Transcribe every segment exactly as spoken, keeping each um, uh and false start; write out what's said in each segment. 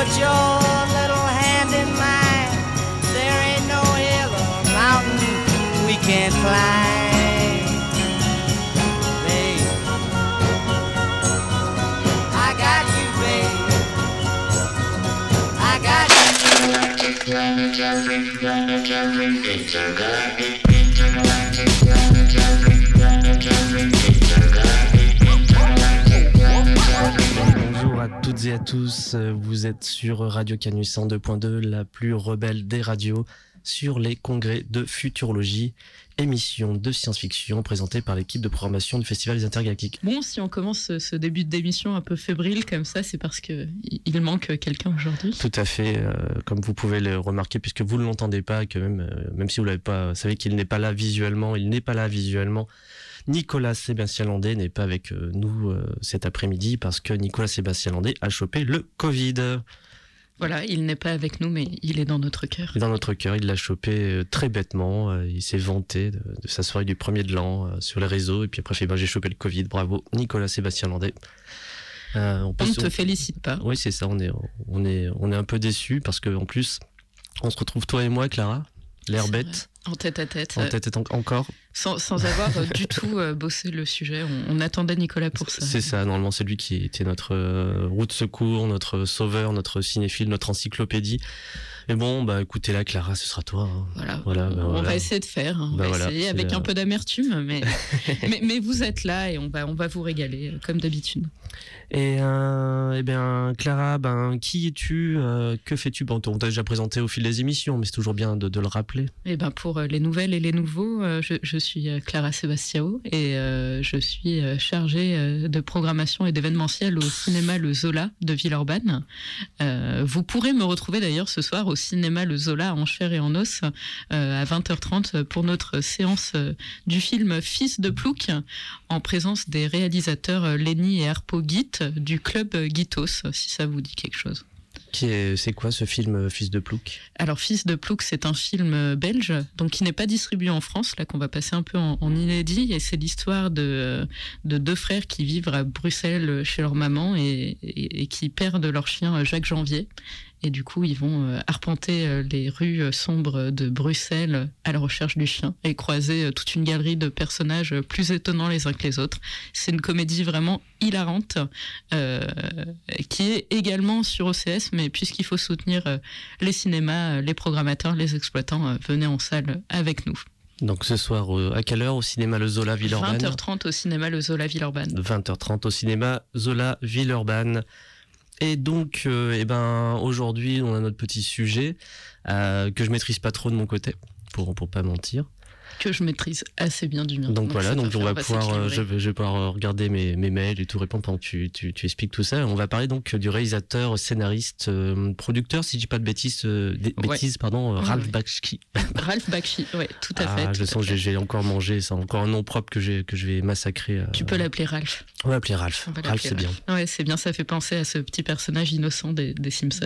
put your little hand in mine. There ain't no hill or mountain we can't climb. Babe, I got you, babe. I got Bonjour à toutes et à tous, vous êtes sur Radio Canu cent deux point deux, la plus rebelle des radios, sur les congrès de futurologie, émission de science-fiction présentée par l'équipe de programmation du Festival des Intergalactiques. Bon, si on commence ce début d'émission un peu fébrile comme ça, c'est parce qu'il manque quelqu'un aujourd'hui. Tout à fait, euh, comme vous pouvez le remarquer, puisque vous ne l'entendez pas, que même, euh, même si vous l'avez pas, vous savez qu'il n'est pas là visuellement, il n'est pas là visuellement. Nicolas Sébastien Landais n'est pas avec nous euh, cet après-midi parce que Nicolas Sébastien Landais a chopé le Covid. Voilà, il n'est pas avec nous, mais il est dans notre cœur. Il est dans notre cœur, il l'a chopé euh, très bêtement. Euh, il s'est vanté de, de sa soirée du premier de l'an euh, sur les réseaux. Et puis après, fait, ben, j'ai chopé le Covid. Bravo, Nicolas Sébastien Landais. Euh, on on ne te on... félicite pas. Oui, c'est ça. On est, on est, on est un peu déçus parce qu'en plus, on se retrouve toi et moi, Clara, l'air bête. En tête à tête. En tête à tête encore. Sans, sans avoir euh, du tout euh, bossé le sujet. On, on attendait Nicolas pour ça. C'est ça, normalement c'est lui qui était notre euh, roue de secours, notre sauveur, notre cinéphile, notre encyclopédie. Mais bon, bah écoutez là, Clara, ce sera toi. Hein. Voilà, voilà on, bah, on voilà. va essayer de faire. Hein. On bah, va voilà, essayer avec euh... un peu d'amertume, mais, mais, mais vous êtes là et on va, on va vous régaler, comme d'habitude. Et, euh, eh bien, Clara, ben, qui es-tu euh, Que fais-tu bon, on t'a déjà présenté au fil des émissions, mais c'est toujours bien de, de le rappeler. Eh ben, pour les nouvelles et les nouveaux, euh, je, je suis Clara Sebastiao et euh, je suis chargée de programmation et d'événementiel au cinéma Le Zola de Villeurbanne. Euh, vous pourrez me retrouver d'ailleurs ce soir au cinéma Le Zola en chair et en os euh, à vingt heures trente pour notre séance euh, du film Fils de Plouc en présence des réalisateurs Lenny et Harpo Guit du club Guitos, si ça vous dit quelque chose. Qui est, c'est quoi ce film Fils de Plouc ? Alors Fils de Plouc, c'est un film belge, donc qui n'est pas distribué en France, là qu'on va passer un peu en, en inédit, et c'est l'histoire de, de deux frères qui vivent à Bruxelles chez leur maman et, et, et qui perdent leur chien Jacques Janvier. Et du coup, ils vont arpenter les rues sombres de Bruxelles à la recherche du chien et croiser toute une galerie de personnages plus étonnants les uns que les autres. C'est une comédie vraiment hilarante euh, qui est également sur O C S, mais puisqu'il faut soutenir les cinémas, les programmateurs, les exploitants, venez en salle avec nous. Donc ce soir, à quelle heure au cinéma Le Zola Villeurbanne ? vingt heures trente au cinéma Le Zola Villeurbanne. vingt heures trente au cinéma Zola Villeurbanne. Et donc, euh, eh ben, aujourd'hui, on a notre petit sujet euh, que je maîtrise pas trop de mon côté, pour pour pas mentir. Que je maîtrise assez bien du mien. Donc, donc voilà, donc on va, on va pouvoir, euh, je, vais, je vais pouvoir regarder mes, mes mails et tout répondre pendant que tu, tu, tu expliques tout ça. On va parler donc du réalisateur, scénariste, euh, producteur, si je dis pas de bêtises, euh, des, ouais. bêtises pardon, euh, ouais, Ralph ouais. Bakshi. Ralph Bakshi, ouais, tout à fait. Ah, tout je à sens fait. que j'ai encore mangé, c'est encore un nom propre que, j'ai, que je vais massacrer. Euh... Tu peux l'appeler Ralph. On va l'appeler Ralph. Va Ralph, c'est Ralph. bien. Ouais, c'est bien, ça fait penser à ce petit personnage innocent des, des Simpsons.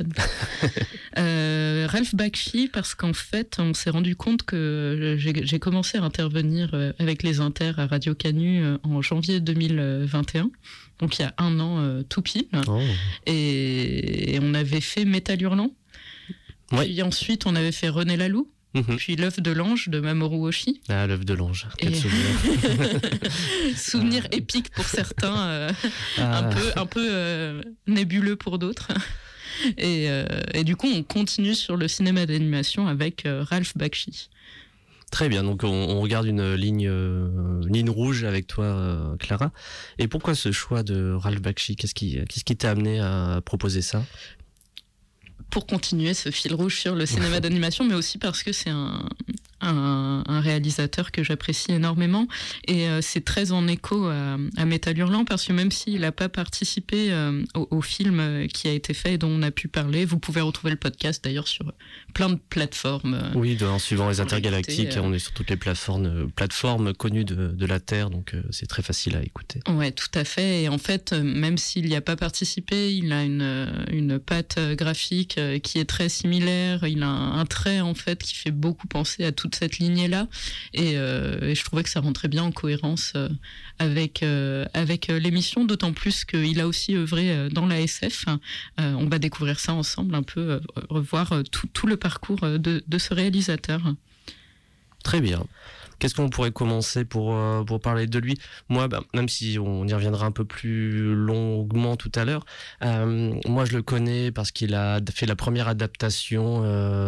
euh, Ralph Bakshi, parce qu'en fait, on s'est rendu compte que j'ai, j'ai commencé à intervenir avec les Inters à Radio Canu en janvier deux mille vingt et un, donc il y a un an euh, tout pile. Oh. Et, et on avait fait Métal Hurlant. Ouais. Puis ensuite, on avait fait René Laloux. Mm-hmm. Puis L'œuf de l'ange de Mamoru Oshii. Ah, L'œuf de l'ange, quel et... souvenir. Souvenir ah. épique pour certains, euh, ah. un peu, un peu euh, nébuleux pour d'autres. Et, euh, et du coup, on continue sur le cinéma d'animation avec euh, Ralph Bakshi. Très bien, donc on, on regarde une ligne, euh, ligne rouge avec toi, euh, Clara. Et pourquoi ce choix de Ralph Bakshi ? Qu'est-ce qui, qu'est-ce qui t'a amené à proposer ça ? Pour continuer ce fil rouge sur le cinéma d'animation, mais aussi parce que c'est un, un, un réalisateur que j'apprécie énormément. Et euh, c'est très en écho à, à Métal Hurlant, parce que même s'il n'a pas participé euh, au, au film qui a été fait et dont on a pu parler, vous pouvez retrouver le podcast d'ailleurs sur plein de plateformes. Euh, oui, en suivant les Intergalactiques, euh... on est sur toutes les plateformes, plateformes connues de, de la Terre, donc euh, c'est très facile à écouter. Ouais, tout à fait. Et en fait, même s'il n'y a pas participé, il a une, une patte graphique qui est très similaire. Il a un, un trait en fait qui fait beaucoup penser à toutes toute cette lignée-là. Et, euh, et je trouvais que ça rentrait bien en cohérence euh, avec, euh, avec l'émission, d'autant plus qu'il a aussi œuvré dans la S F. Euh, on va découvrir ça ensemble, un peu, euh, revoir tout, tout le parcours de, de ce réalisateur. Très bien. Qu'est-ce qu'on pourrait commencer pour, euh, pour parler de lui ? Moi, bah, même si on y reviendra un peu plus longuement tout à l'heure, euh, moi je le connais parce qu'il a fait la première adaptation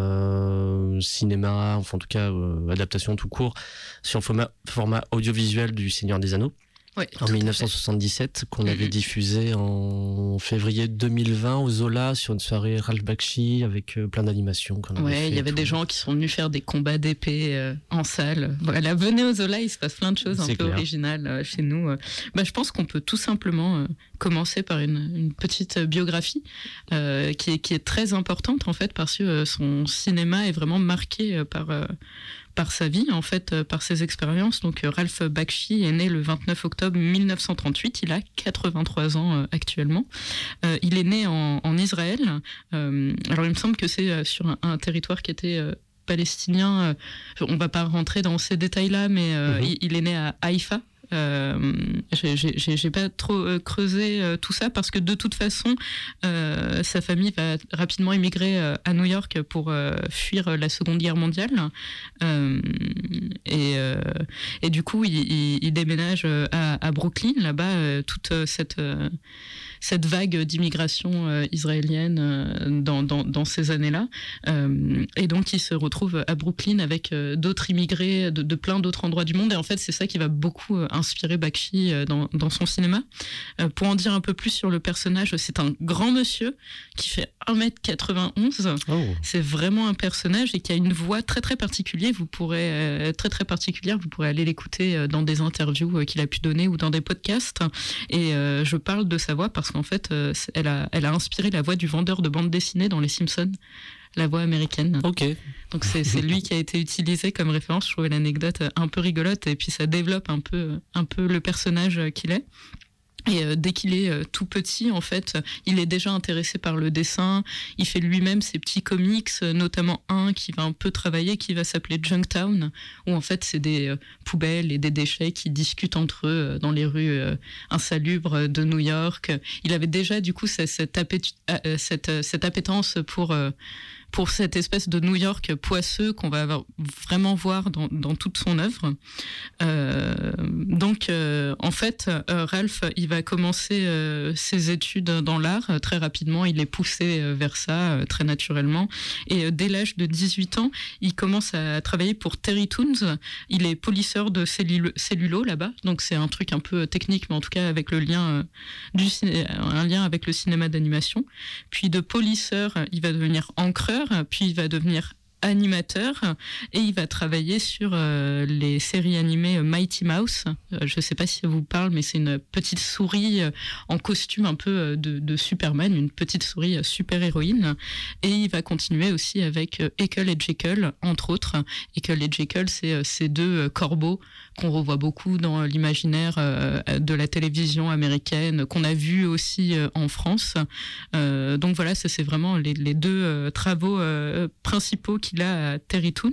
euh, cinéma, enfin en tout cas euh, adaptation tout court, sur format, format audiovisuel du Seigneur des Anneaux. Ouais, en dix-neuf cent soixante-dix-sept, qu'on avait mmh. diffusé en février deux mille vingt au Zola sur une soirée Ralph Bakshi avec euh, plein d'animations. Ouais, il y avait des gens qui sont venus faire des combats d'épée euh, en salle. Voilà, venez au Zola, il se passe plein de choses C'est un peu clair. originales euh, chez nous. Bah, je pense qu'on peut tout simplement euh, commencer par une, une petite biographie euh, qui, est, qui est très importante en fait parce que euh, son cinéma est vraiment marqué euh, par... Euh, par sa vie, en fait, euh, par ses expériences. Donc, euh, Ralph Bakshi est né le vingt-neuf octobre mille neuf cent trente-huit. Il a quatre-vingt-trois ans euh, actuellement. Euh, il est né en, en Israël. Euh, alors, il me semble que c'est euh, sur un, un territoire qui était euh, palestinien. Euh, on ne va pas rentrer dans ces détails-là, mais euh, mm-hmm. il, il est né à Haïfa. Euh, j'ai, j'ai, j'ai pas trop euh, creusé euh, tout ça parce que de toute façon euh, sa famille va rapidement émigrer euh, à New York pour euh, fuir la Seconde Guerre mondiale euh, et, euh, et du coup il, il, il déménage à, à Brooklyn là-bas euh, toute cette euh, cette vague d'immigration euh, israélienne euh, dans, dans, dans ces années-là. Euh, et donc, il se retrouve à Brooklyn avec euh, d'autres immigrés de, de plein d'autres endroits du monde. Et en fait, c'est ça qui va beaucoup euh, inspirer Bakshi euh, dans, dans son cinéma. Euh, pour en dire un peu plus sur le personnage, c'est un grand monsieur qui fait un mètre quatre-vingt-onze. Oh. C'est vraiment un personnage et qui a une voix très, très particulière. Vous pourrez, euh, très, très particulière. Vous pourrez aller l'écouter euh, dans des interviews euh, qu'il a pu donner ou dans des podcasts. Et euh, je parle de sa voix parce qu'en fait, euh, elle, a, elle a inspiré la voix du vendeur de bande dessinée dans Les Simpsons, la voix américaine. Ok. Donc c'est, c'est lui qui a été utilisé comme référence. Je trouvais l'anecdote un peu rigolote et puis ça développe un peu, un peu le personnage qu'il est. Et euh, dès qu'il est euh, tout petit, en fait, il est déjà intéressé par le dessin. Il fait lui-même ses petits comics, euh, notamment un qui va un peu travailler, qui va s'appeler Junktown, où en fait c'est des euh, poubelles et des déchets qui discutent entre eux euh, dans les rues euh, insalubres de New York. Il avait déjà du coup cette, cette, appét- euh, cette, cette appétence pour... Euh, pour cette espèce de New York poisseux qu'on va avoir, vraiment voir dans, dans toute son œuvre. Euh, donc, euh, en fait, euh, Ralph, il va commencer euh, ses études dans l'art euh, très rapidement. Il est poussé euh, vers ça euh, très naturellement. Et euh, dès l'âge de dix-huit ans, il commence à travailler pour Terry Toons. Il est polisseur de cellulo, cellulo là-bas. Donc, c'est un truc un peu technique, mais en tout cas avec le lien euh, du ciné- un lien avec le cinéma d'animation. Puis de polisseur, il va devenir encreur. Puis il va devenir animateur et il va travailler sur euh, les séries animées Mighty Mouse. Euh, je ne sais pas si ça vous parle, mais c'est une petite souris euh, en costume un peu euh, de, de Superman, une petite souris euh, super-héroïne. Et il va continuer aussi avec euh, Ekel et Jekyll, entre autres. Ekel et Jekyll, c'est euh, ces deux euh, corbeaux qu'on revoit beaucoup dans l'imaginaire euh, de la télévision américaine, qu'on a vu aussi euh, en France. Euh, donc voilà, ça c'est vraiment les, les deux euh, travaux euh, principaux qu'il a à Terry Toons.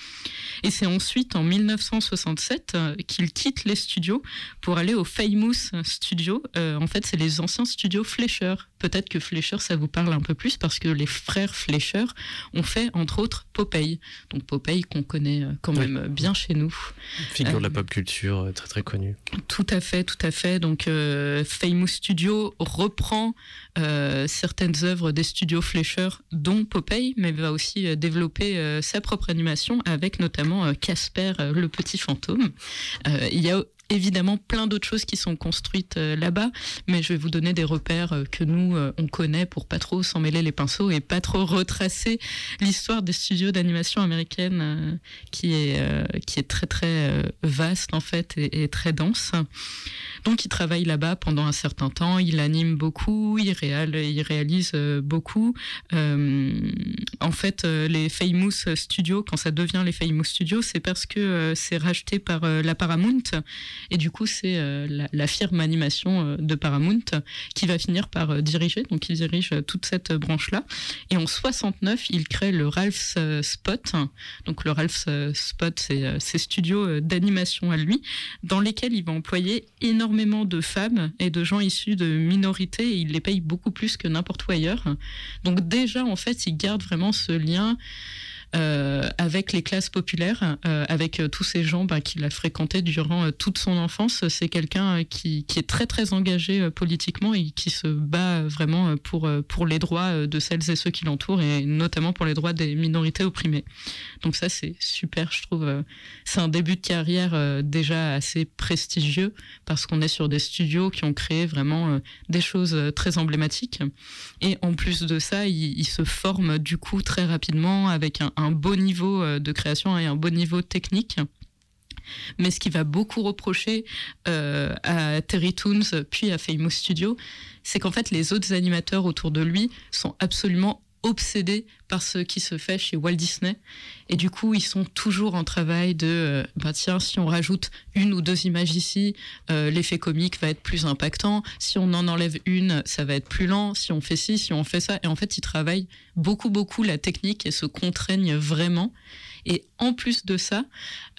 Et c'est ensuite en dix-neuf cent soixante-sept euh, qu'il quitte les studios pour aller au Famous Studio. Euh, en fait, c'est les anciens studios Fleischer. Peut-être que Fleischer, ça vous parle un peu plus parce que les frères Fleischer ont fait entre autres Popeye. Donc Popeye qu'on connaît quand même oui. bien chez nous. Figure euh, de la pop culture très très connue. Tout à fait, tout à fait. Donc euh, Famous Studio reprend euh, certaines œuvres des studios Fleischer, dont Popeye, mais va aussi euh, développer euh, sa propre animation avec notamment Casper, euh, le petit fantôme. Euh, il y a évidemment plein d'autres choses qui sont construites euh, là-bas, mais je vais vous donner des repères euh, que nous, euh, on connaît pour pas trop s'en mêler les pinceaux et pas trop retracer l'histoire des studios d'animation américaine euh, qui, est, euh, qui est très très euh, vaste en fait et, et très dense. Donc il travaille là-bas pendant un certain temps, il anime beaucoup, il, réal, il réalise euh, beaucoup. Euh, en fait, euh, les Famous Studios, quand ça devient les Famous Studios, c'est parce que euh, c'est racheté par euh, la Paramount Et du coup, c'est euh, la, la firme animation euh, de Paramount qui va finir par euh, diriger. Donc, il dirige euh, toute cette euh, branche-là. Et en soixante-neuf, il crée le Ralph's euh, Spot. Donc, le Ralph's euh, Spot, c'est euh, ses studios euh, d'animation à lui, dans lesquels il va employer énormément de femmes et de gens issus de minorités. Et il les paye beaucoup plus que n'importe où ailleurs. Donc, déjà, en fait, il garde vraiment ce lien Euh, avec les classes populaires, euh, avec euh, tous ces gens bah, qu'il a fréquentés durant euh, toute son enfance. C'est quelqu'un euh, qui, qui est très très engagé euh, politiquement et qui se bat euh, vraiment euh, pour, euh, pour les droits euh, de celles et ceux qui l'entourent, et notamment pour les droits des minorités opprimées. Donc ça, c'est super, je trouve. Euh, c'est un début de carrière euh, déjà assez prestigieux, parce qu'on est sur des studios qui ont créé vraiment euh, des choses euh, très emblématiques. Et en plus de ça, il, il se forme du coup très rapidement avec un, un beau niveau de création et un beau niveau technique. Mais ce qui va beaucoup reprocher euh, à Terry Toons puis à Famous Studio, c'est qu'en fait les autres animateurs autour de lui sont absolument obsédés par ce qui se fait chez Walt Disney, et du coup ils sont toujours en travail de euh, bah tiens, si on rajoute une ou deux images ici, euh, l'effet comique va être plus impactant, si on en enlève une, ça va être plus lent, si on fait ci, si on fait ça. Et en fait ils travaillent beaucoup beaucoup la technique et se contraignent vraiment. Et en plus de ça,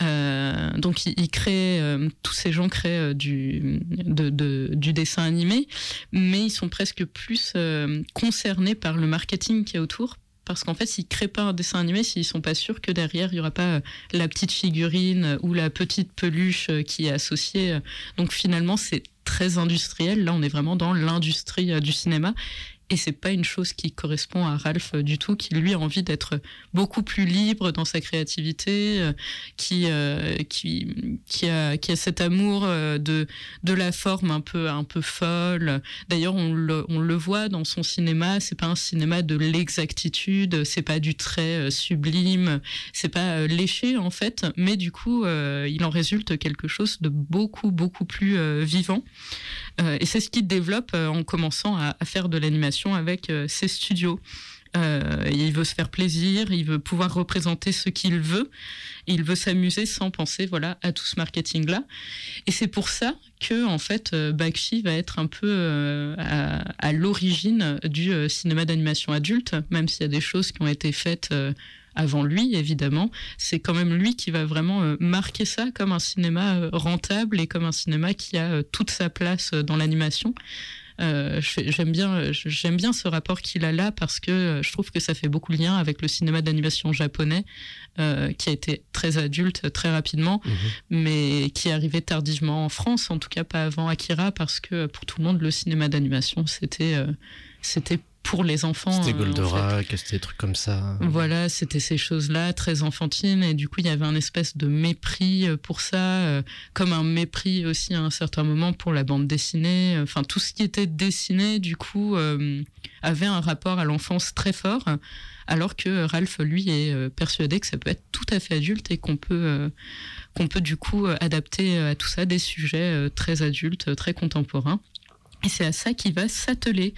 euh, donc ils, ils créent, euh, tous ces gens créent euh, du, de, de, du dessin animé, mais ils sont presque plus euh, concernés par le marketing qu'il y a autour. Parce qu'en fait, s'ils ne créent pas un dessin animé, s'ils ne sont pas sûrs que derrière, il n'y aura pas la petite figurine ou la petite peluche qui est associée. Donc finalement, c'est très industriel. Là, on est vraiment dans l'industrie du cinéma. Et c'est pas une chose qui correspond à Ralph du tout, qui lui a envie d'être beaucoup plus libre dans sa créativité, euh, qui, euh, qui, qui, a, qui a cet amour euh, de, de la forme un peu, un peu folle. D'ailleurs, on le, on le voit dans son cinéma, c'est pas un cinéma de l'exactitude, c'est pas du trait euh, sublime, c'est pas euh, léché en fait, mais du coup, euh, il en résulte quelque chose de beaucoup, beaucoup plus euh, vivant. Euh, et c'est ce qu'il développe euh, en commençant à, à faire de l'animation avec euh, ses studios. Euh, il veut se faire plaisir, il veut pouvoir représenter ce qu'il veut, il veut s'amuser sans penser voilà, à tout ce marketing-là. Et c'est pour ça que en fait, euh, Bakshi va être un peu euh, à, à l'origine du euh, cinéma d'animation adulte, même s'il y a des choses qui ont été faites euh, avant lui, évidemment. C'est quand même lui qui va vraiment euh, marquer ça comme un cinéma euh, rentable et comme un cinéma qui a euh, toute sa place euh, dans l'animation. Euh, j'aime bien, j'aime bien ce rapport qu'il a là, parce que je trouve que ça fait beaucoup de lien avec le cinéma d'animation japonais, euh, qui a été très adulte très rapidement, mmh. mais qui est arrivé tardivement en France, en tout cas pas avant Akira, parce que pour tout le monde, le cinéma d'animation, c'était, euh, c'était pour les enfants. C'était Goldorak, en fait. C'était des trucs comme ça. Voilà, c'était ces choses-là, très enfantines, et du coup, il y avait un espèce de mépris pour ça, euh, comme un mépris aussi à un certain moment pour la bande dessinée. Enfin, tout ce qui était dessiné, du coup, euh, avait un rapport à l'enfance très fort, alors que Ralph, lui, est persuadé que ça peut être tout à fait adulte et qu'on peut, euh, qu'on peut du coup adapter à tout ça des sujets très adultes, très contemporains. Et c'est à ça qu'il va s'atteler.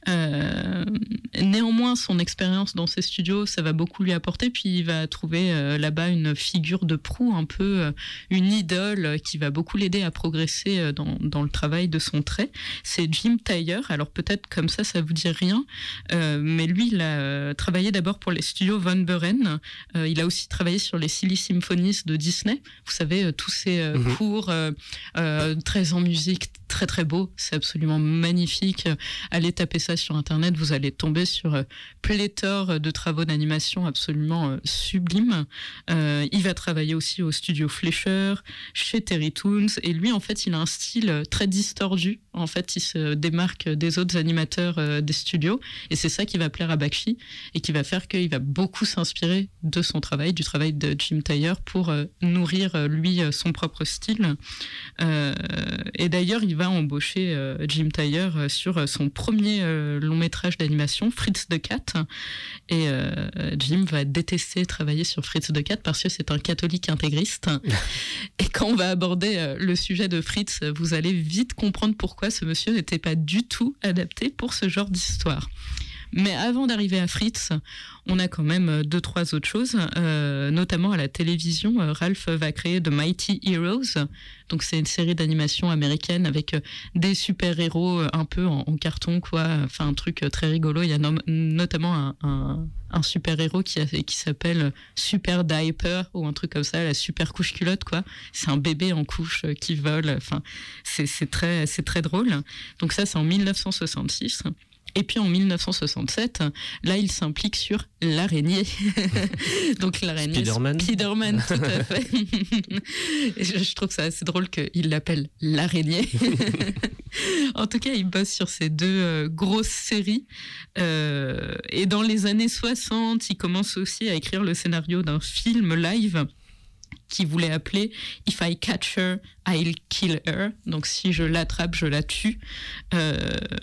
Euh, néanmoins, son expérience dans ces studios, ça va beaucoup lui apporter. Puis il va trouver euh, là-bas une figure de proue, un peu euh, une idole qui va beaucoup l'aider à progresser euh, dans, dans le travail de son trait. C'est Jim Taylor. Alors peut-être comme ça, ça vous dit rien. Euh, mais lui, il a euh, travaillé d'abord pour les studios Von Buren. Euh, il a aussi travaillé sur les Silly Symphonies de Disney. Vous savez, euh, tous ces euh, mmh. cours euh, euh, très en musique, très très beaux. C'est absolument magnifique. Allez taper ça sur internet, vous allez tomber sur euh, pléthore de travaux d'animation absolument euh, sublimes. Euh, il va travailler aussi au studio Fleischer, chez Terry Toons, et lui en fait il a un style très distordu. En fait il se démarque des autres animateurs euh, des studios, et c'est ça qui va plaire à Bakshi et qui va faire qu'il va beaucoup s'inspirer de son travail, du travail de Jim Taylor, pour euh, nourrir euh, lui euh, son propre style. Euh, et d'ailleurs il va embaucher euh, Jim Taylor sur son premier euh, long métrage d'animation, Fritz the Cat. Et euh, Jim va détester travailler sur Fritz the Cat parce que c'est un catholique intégriste. Et quand on va aborder euh, le sujet de Fritz, vous allez vite comprendre pourquoi ce monsieur n'était pas du tout adapté pour ce genre d'histoire. Mais avant d'arriver à Fritz, on a quand même deux, trois autres choses, euh, notamment à la télévision. Ralph va créer The Mighty Heroes. Donc, c'est une série d'animation américaine avec des super-héros un peu en, en carton, quoi. Enfin, un truc très rigolo. Il y a no- notamment un, un, un super-héros qui, a, qui s'appelle Super Diaper ou un truc comme ça, la super couche culotte, quoi. C'est un bébé en couche qui vole. Enfin, c'est, c'est, très, c'est très drôle. Donc, ça, c'est en dix-neuf cent soixante-six. Et puis en dix-neuf cent soixante-sept, là, il s'implique sur l'araignée. Donc l'araignée. Spider-Man. Spider-Man, tout à fait. Et je, je trouve ça assez drôle qu'il l'appelle l'araignée. En tout cas, il bosse sur ces deux euh, grosses séries. Euh, et dans les années soixante, il commence aussi à écrire le scénario d'un film live qui voulait appeler If I Catch Her, I'll Kill Her. Donc si je l'attrape, je la tue. Euh,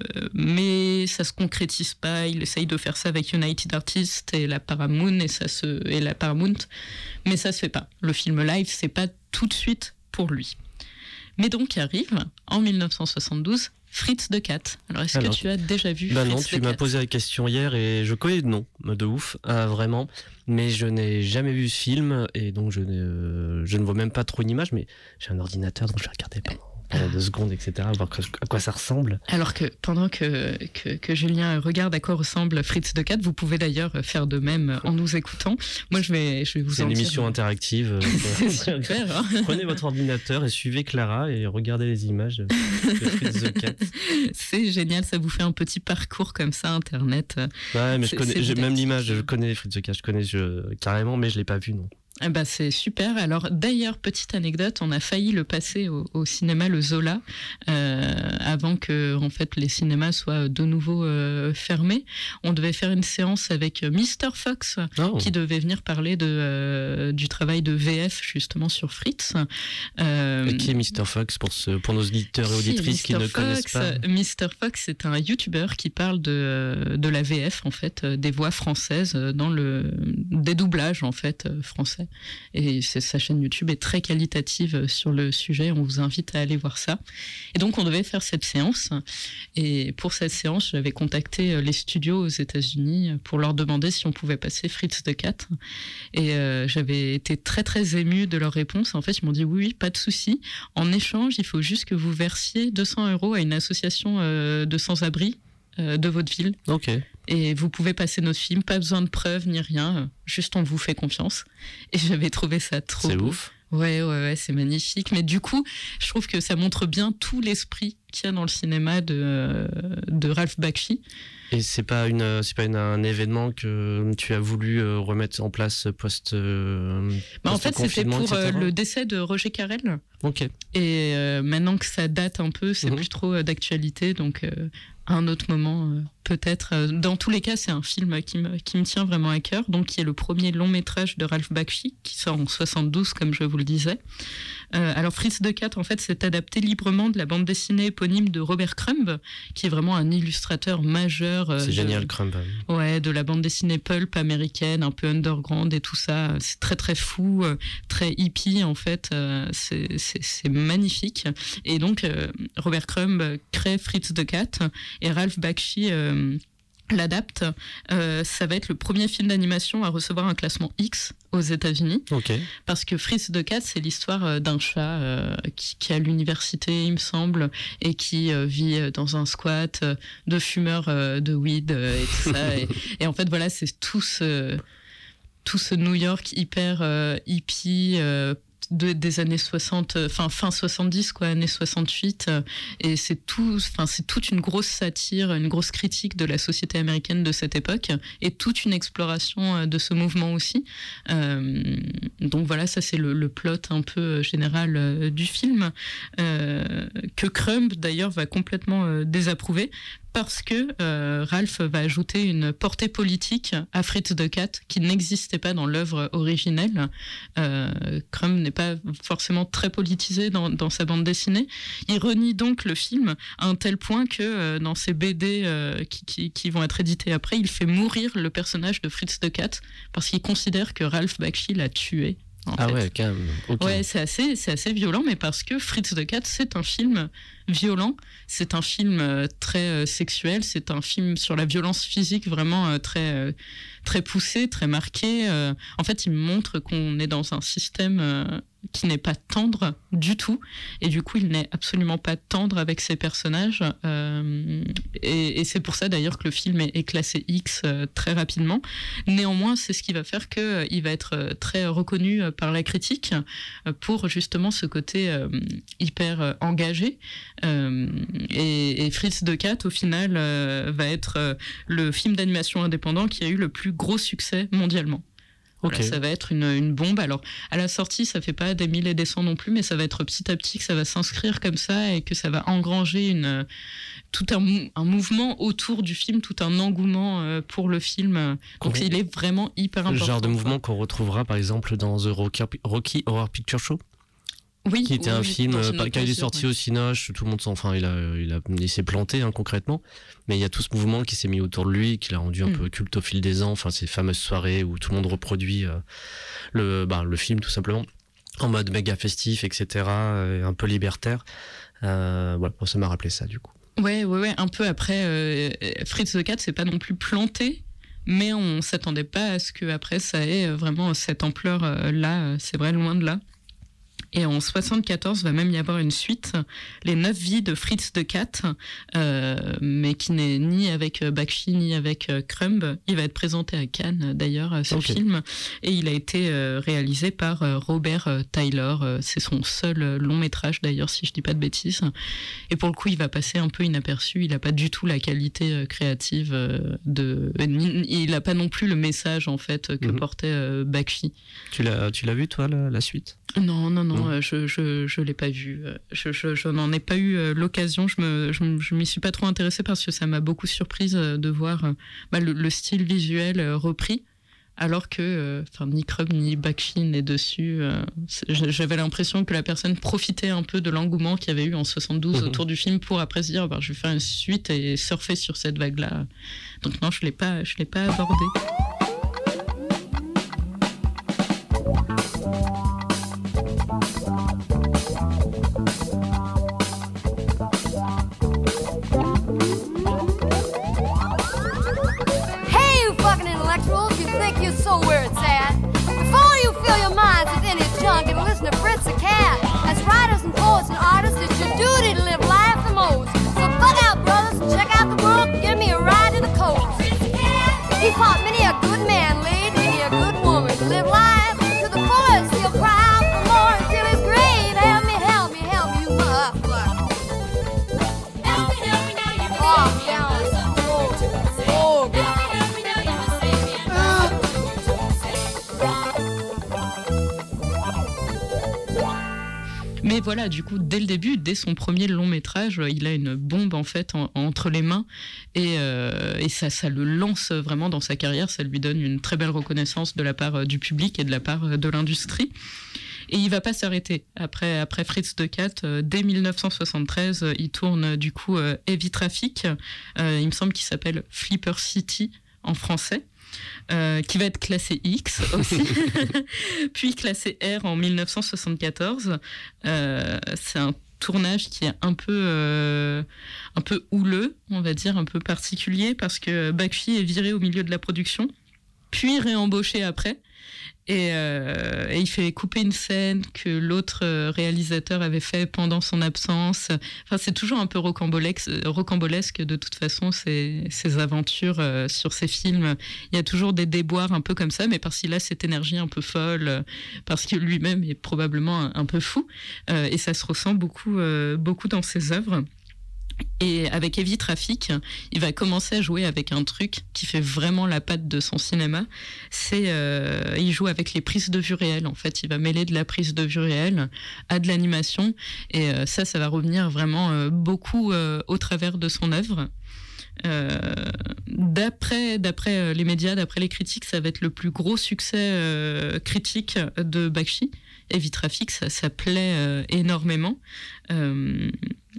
mais ça se concrétise pas. Il essaye de faire ça avec United Artists et la Paramount et ça se et la Paramount, mais ça se fait pas. Le film live, c'est pas tout de suite pour lui. Mais donc arrive en dix-neuf cent soixante-douze Fritz the Cat. Alors est-ce Alors, que tu as déjà vu bah Fritz non, the tu Cat ? m'as posé la question hier et je connais le nom de ouf, euh, vraiment, mais je n'ai jamais vu ce film et donc je, n'ai, euh, je ne vois même pas trop une image, mais j'ai un ordinateur donc je vais regarder pendant, pendant deux secondes, et cetera, voir à quoi ça ressemble. Alors que pendant que, que, que Julien regarde à quoi ressemble Fritz the Cat, vous pouvez d'ailleurs faire de même en nous écoutant. Moi, je vais, je vais vous C'est en une dire... émission interactive. C'est super, hein. Prenez votre ordinateur et suivez Clara et regardez les images de Fritz the Cat. C'est génial, ça vous fait un petit parcours comme ça, Internet. Ouais, mais c'est, je connais, c'est j'ai même l'image, je hein. connais Fritz the Cat, je connais je, carrément, mais je l'ai pas vu, non. Eh ben, c'est super. Alors d'ailleurs, petite anecdote, on a failli le passer au, au cinéma le Zola euh, avant que en fait les cinémas soient de nouveau euh, fermés. On devait faire une séance avec Mister Fox oh. qui devait venir parler de euh, du travail de V F justement sur Fritz. Euh, et qui est Mister Fox pour ce, pour nos auditeurs et auditrices qui, qui ne Fox, connaissent pas? Mister Fox, c'est un YouTuber qui parle de de la V F en fait, des voix françaises dans le des doublages en fait français. Et c'est, sa chaîne YouTube est très qualitative sur le sujet, on vous invite à aller voir ça. Et donc on devait faire cette séance, et pour cette séance j'avais contacté les studios aux États-Unis pour leur demander si on pouvait passer Fritz the Cat, et euh, j'avais été très très émue de leur réponse. En fait ils m'ont dit oui, oui pas de souci, en échange il faut juste que vous versiez deux cents euros à une association euh, de sans-abri euh, de votre ville. Ok. Et vous pouvez passer notre film, pas besoin de preuves ni rien, juste on vous fait confiance. Et j'avais trouvé ça trop C'est beau. ouf. Ouais, ouais, ouais, c'est magnifique. Mais du coup, je trouve que ça montre bien tout l'esprit qu'il y a dans le cinéma de, de Ralph Bakshi. Et c'est pas une, c'est pas une, un événement que tu as voulu remettre en place post. Euh, bah en fait, c'était pour et cetera. Le décès de Roger Carrel. Ok. Et euh, maintenant que ça date un peu, c'est mmh. plus trop d'actualité, donc euh, à un autre moment, euh, peut-être. Dans tous les cas, c'est un film qui me, qui me tient vraiment à cœur, donc qui est le premier long métrage de Ralph Bakshi, qui sort en soixante-douze, comme je vous le disais. Euh, alors Fritz the Cat, en fait, c'est adapté librement de la bande dessinée éponyme de Robert Crumb, qui est vraiment un illustrateur majeur. Euh, c'est de, génial, Crumb. Ouais, de la bande dessinée pulp américaine, un peu underground et tout ça. C'est très très fou, euh, très hippie en fait. Euh, c'est, c'est, c'est magnifique. Et donc euh, Robert Crumb crée Fritz the Cat et Ralph Bakshi euh, l'adapte. Euh, ça va être le premier film d'animation à recevoir un classement X aux États-Unis. Okay. Parce que Fritz the Cat, c'est l'histoire d'un chat euh, qui, qui est à l'université, il me semble, et qui euh, vit dans un squat euh, de fumeurs euh, de weed euh, et tout ça. et, et en fait, voilà, c'est tout ce, tout ce New York hyper euh, hippie, euh, De, des années soixante, enfin fin soixante-dix quoi, années soixante-huit, euh, et c'est tout, enfin c'est toute une grosse satire, une grosse critique de la société américaine de cette époque, et toute une exploration de ce mouvement aussi. Euh, donc voilà, ça c'est le, le plot un peu général euh, du film, euh, que Crumb d'ailleurs va complètement euh, désapprouver. Parce que euh, Ralph va ajouter une portée politique à Fritz the Cat qui n'existait pas dans l'œuvre originelle. Euh, Crumb n'est pas forcément très politisé dans, dans sa bande dessinée. Il renie donc le film à un tel point que euh, dans ses B D euh, qui, qui, qui vont être édités après, il fait mourir le personnage de Fritz the Cat parce qu'il considère que Ralph Bakshi l'a tué. Ah fait. ouais, quand même. Okay. Ouais, c'est assez, c'est assez violent, mais parce que Fritz the Cat, c'est un film violent, c'est un film très euh, sexuel, c'est un film sur la violence physique vraiment euh, très, euh, très poussé, très marqué. Euh, en fait, il montre qu'on est dans un système euh, qui n'est pas tendre du tout, et du coup, il n'est absolument pas tendre avec ses personnages. Euh, et, et c'est pour ça d'ailleurs que le film est, est classé X euh, très rapidement. Néanmoins, c'est ce qui va faire qu'il euh, va être euh, très reconnu euh, par la critique euh, pour justement ce côté euh, hyper euh, engagé. Euh, et, et Fritz the Cat, au final, euh, va être euh, le film d'animation indépendant qui a eu le plus gros succès mondialement. Voilà, okay. Ça va être une, une bombe. Alors, à la sortie, ça fait pas des mille et des cents non plus, mais ça va être petit à petit que ça va s'inscrire comme ça et que ça va engranger une, tout un, un mouvement autour du film, tout un engouement euh, pour le film. Donc, oui. Il est vraiment hyper important. Le genre de mouvement qu'on retrouvera, par exemple, dans The Rocky, Rocky Horror Picture Show. Oui, qui était oui, un oui, film, euh, quand il est sorti oui. au Cinoche, tout le monde s'en, enfin, il a, il a, il s'est planté hein, concrètement, mais il y a tout ce mouvement qui s'est mis autour de lui, qui l'a rendu un mm. peu culte au fil des ans. Enfin, ces fameuses soirées où tout le monde reproduit euh, le, bah, le film tout simplement en mode méga festif, et cetera, et un peu libertaire. Euh, voilà, bon, ça m'a rappelé ça du coup. Ouais, ouais, ouais. Un peu après, euh, Fritz the Cat, c'est pas non plus planté. Mais on s'attendait pas à ce que après ça ait vraiment cette ampleur euh, là. C'est vrai, loin de là. Et en soixante-quatorze, va même y avoir une suite, Les Neuf Vies de Fritz the Cat, euh, mais qui n'est ni avec Bakshi ni avec euh, Crumb. Il va être présenté à Cannes, d'ailleurs, ce okay. film. Et il a été euh, réalisé par euh, Robert euh, Taylor. Euh, c'est son seul euh, long métrage, d'ailleurs, si je dis pas de bêtises. Et pour le coup, il va passer un peu inaperçu. Il n'a pas du tout la qualité euh, créative euh, de... Il n'a pas non plus le message, en fait, que mm-hmm. portait euh, Bakshi. Tu l'as, tu l'as vu, toi, la, la suite ? Non, non, non, mmh. je je je l'ai pas vu. Je je, je n'en ai pas eu l'occasion. Je me je, je m'y suis pas trop intéressée parce que ça m'a beaucoup surprise de voir bah, le, le style visuel repris, alors que enfin ni Crumb ni Bakshi n'est dessus. J'avais l'impression que la personne profitait un peu de l'engouement qu'il y avait eu en soixante-douze mmh. autour du film pour après se dire bah, je vais faire une suite et surfer sur cette vague-là. Donc non, je l'ai pas je l'ai pas abordé. Mais voilà, du coup, dès le début, dès son premier long métrage, il a une bombe en fait en, entre les mains et, euh, et ça, ça le lance vraiment dans sa carrière. Ça lui donne une très belle reconnaissance de la part du public et de la part de l'industrie. Et il va pas s'arrêter. Après, après Fritz the Cat, euh, dès dix-neuf cent soixante-treize, euh, il tourne du coup euh, Heavy Traffic. Euh, il me semble qu'il s'appelle Flipper City en français. Euh, qui va être classé X aussi, puis classé R en dix-neuf cent soixante-quatorze. Euh, c'est un tournage qui est un peu, euh, un peu houleux, on va dire, un peu particulier, parce que Bakshi est viré au milieu de la production, puis réembauché après. Et, euh, et il fait couper une scène que l'autre réalisateur avait fait pendant son absence. Enfin, c'est toujours un peu rocambolesque, rocambolesque de toute façon, ces, ces aventures euh, sur ces films. Il y a toujours des déboires un peu comme ça, mais parce qu'il a cette énergie un peu folle, parce que lui-même est probablement un, un peu fou. Euh, et ça se ressent beaucoup, euh, beaucoup dans ses œuvres. Et avec Heavy Traffic, il va commencer à jouer avec un truc qui fait vraiment la patte de son cinéma. C'est, euh, il joue avec les prises de vue réelles. En fait, il va mêler de la prise de vue réelle à de l'animation. Et euh, ça, ça va revenir vraiment euh, beaucoup euh, au travers de son œuvre. Euh, d'après, d'après les médias, d'après les critiques, ça va être le plus gros succès euh, critique de Bakshi. Heavy Traffic, ça, ça plaît euh, énormément. Euh,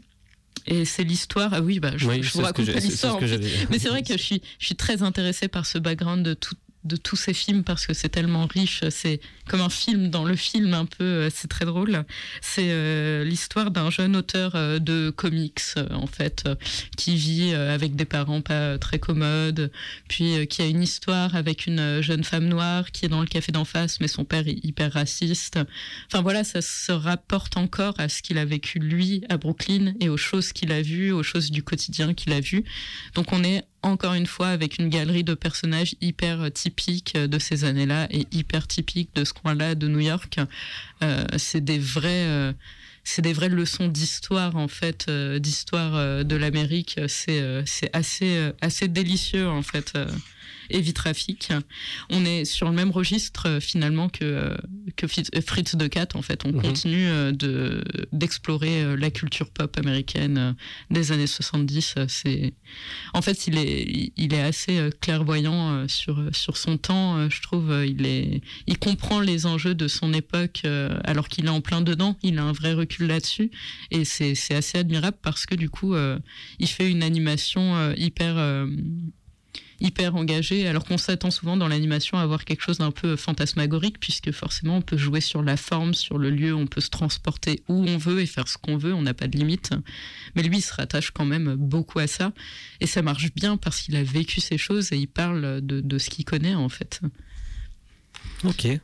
Et c'est l'histoire. Ah oui, bah, je, oui, je vous raconte pas l'histoire. En fait. Mais c'est vrai que je suis, je suis très intéressée par ce background de tout, de tous ces films parce que c'est tellement riche. C'est comme un film dans le film, un peu. C'est très drôle. C'est euh, l'histoire d'un jeune auteur euh, de comics, euh, en fait, euh, qui vit euh, avec des parents pas très commodes, puis euh, qui a une histoire avec une jeune femme noire qui est dans le café d'en face, mais son père est hyper raciste. Enfin voilà, ça se rapporte encore à ce qu'il a vécu lui à Brooklyn et aux choses qu'il a vues, aux choses du quotidien qu'il a vues. Donc on est encore une fois avec une galerie de personnages hyper typiques de ces années-là et hyper typiques de ce coin-là de New York. Euh, c'est des vrais, euh, c'est des vraies leçons d'histoire en fait, euh, d'histoire euh, de l'Amérique. C'est, euh, c'est assez, euh, assez délicieux en fait. Euh. Heavy Traffic. On est sur le même registre euh, finalement que, euh, que Fritz de Cat. En fait, on mmh. continue euh, de, d'explorer euh, la culture pop américaine euh, des années soixante-dix. Euh, c'est... En fait, il est, il est assez euh, clairvoyant euh, sur, sur son temps, euh, je trouve. Euh, il, est, il comprend les enjeux de son époque euh, alors qu'il est en plein dedans. Il a un vrai recul là-dessus. Et c'est, c'est assez admirable parce que du coup, euh, il fait une animation euh, hyper... Euh, hyper engagé, alors qu'on s'attend souvent dans l'animation à avoir quelque chose d'un peu fantasmagorique, puisque forcément on peut jouer sur la forme, sur le lieu, on peut se transporter où on veut et faire ce qu'on veut, on n'a pas de limite. Mais lui, il se rattache quand même beaucoup à ça, et ça marche bien parce qu'il a vécu ces choses et il parle de, de ce qu'il connaît en fait. Ok. Et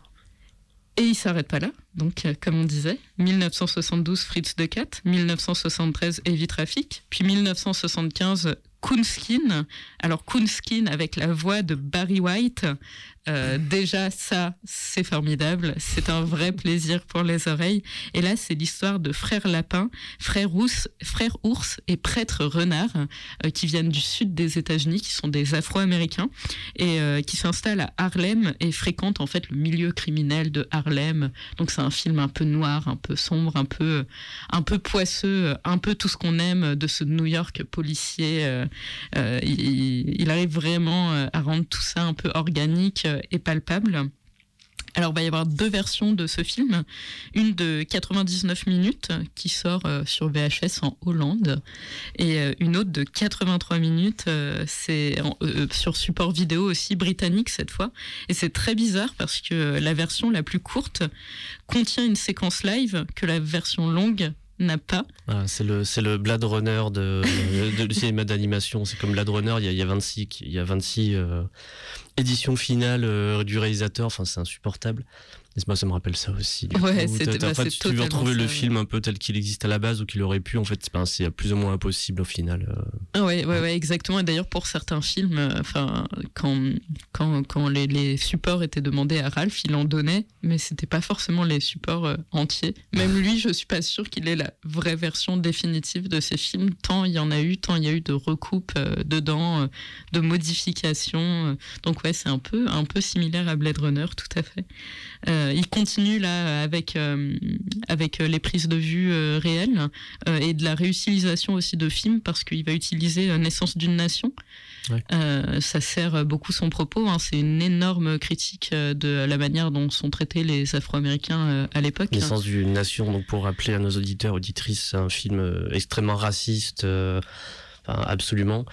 il s'arrête pas là, donc euh, comme on disait, dix-neuf cent soixante-douze Fritz de Cat, dix-neuf cent soixante-treize Heavy Traffic, puis dix-neuf cent soixante-quinze Coonskin. Alors Coonskin avec la voix de Barry White, euh, déjà ça c'est formidable, c'est un vrai plaisir pour les oreilles. Et là c'est l'histoire de frère lapin, frère ours, frère ours et prêtre renard euh, qui viennent du sud des États-Unis, qui sont des Afro-Américains et euh, qui s'installent à Harlem et fréquentent en fait le milieu criminel de Harlem. Donc c'est un film un peu noir, un peu sombre, un peu un peu poisseux, un peu tout ce qu'on aime de ce New York policier. Euh, Euh, il, il arrive vraiment à rendre tout ça un peu organique et palpable. Alors, il va y avoir deux versions de ce film. Une de quatre-vingt-dix-neuf minutes qui sort euh, sur V H S en Hollande et euh, une autre de quatre-vingt-trois minutes, euh, c'est en, euh, sur support vidéo aussi britannique cette fois. Et c'est très bizarre parce que la version la plus courte contient une séquence live que la version longue n'a pas. Ah, c'est le c'est le Blade Runner de, de, du cinéma d'animation. C'est comme Blade Runner, il y a, il y a vingt-six il y a vingt-six euh, éditions finales euh, du réalisateur. Enfin, c'est insupportable. Et moi, ça me rappelle ça aussi. Ouais, coup, c'est, t'as, bah, t'as, c'est tu veux retrouver ça, le ouais. film un peu tel qu'il existe à la base ou qu'il aurait pu. En fait, c'est, ben, c'est plus ou moins impossible au final. Euh. Ah ouais, ouais, ouais, exactement. Et d'ailleurs, pour certains films, enfin, euh, quand quand quand les, les supports étaient demandés à Ralph, il en donnait, mais c'était pas forcément les supports euh, entiers. Même lui, je suis pas sûre qu'il ait la vraie version définitive de ces films. Tant il y en a eu, tant il y a eu de recoupes euh, dedans, euh, de modifications. Euh. Donc ouais, c'est un peu un peu similaire à Blade Runner, tout à fait. Euh, il continue là avec euh, avec les prises de vue euh, réelles euh, et de la réutilisation aussi de films parce qu'il va utiliser euh, Naissance d'une nation. Ouais. Euh, ça sert beaucoup son propos. Hein. C'est une énorme critique euh, de la manière dont sont traités les Afro-Américains euh, à l'époque. Naissance d'une nation, donc pour rappeler à nos auditeurs auditrices, c'est un film euh, extrêmement raciste. Euh... Enfin, absolument,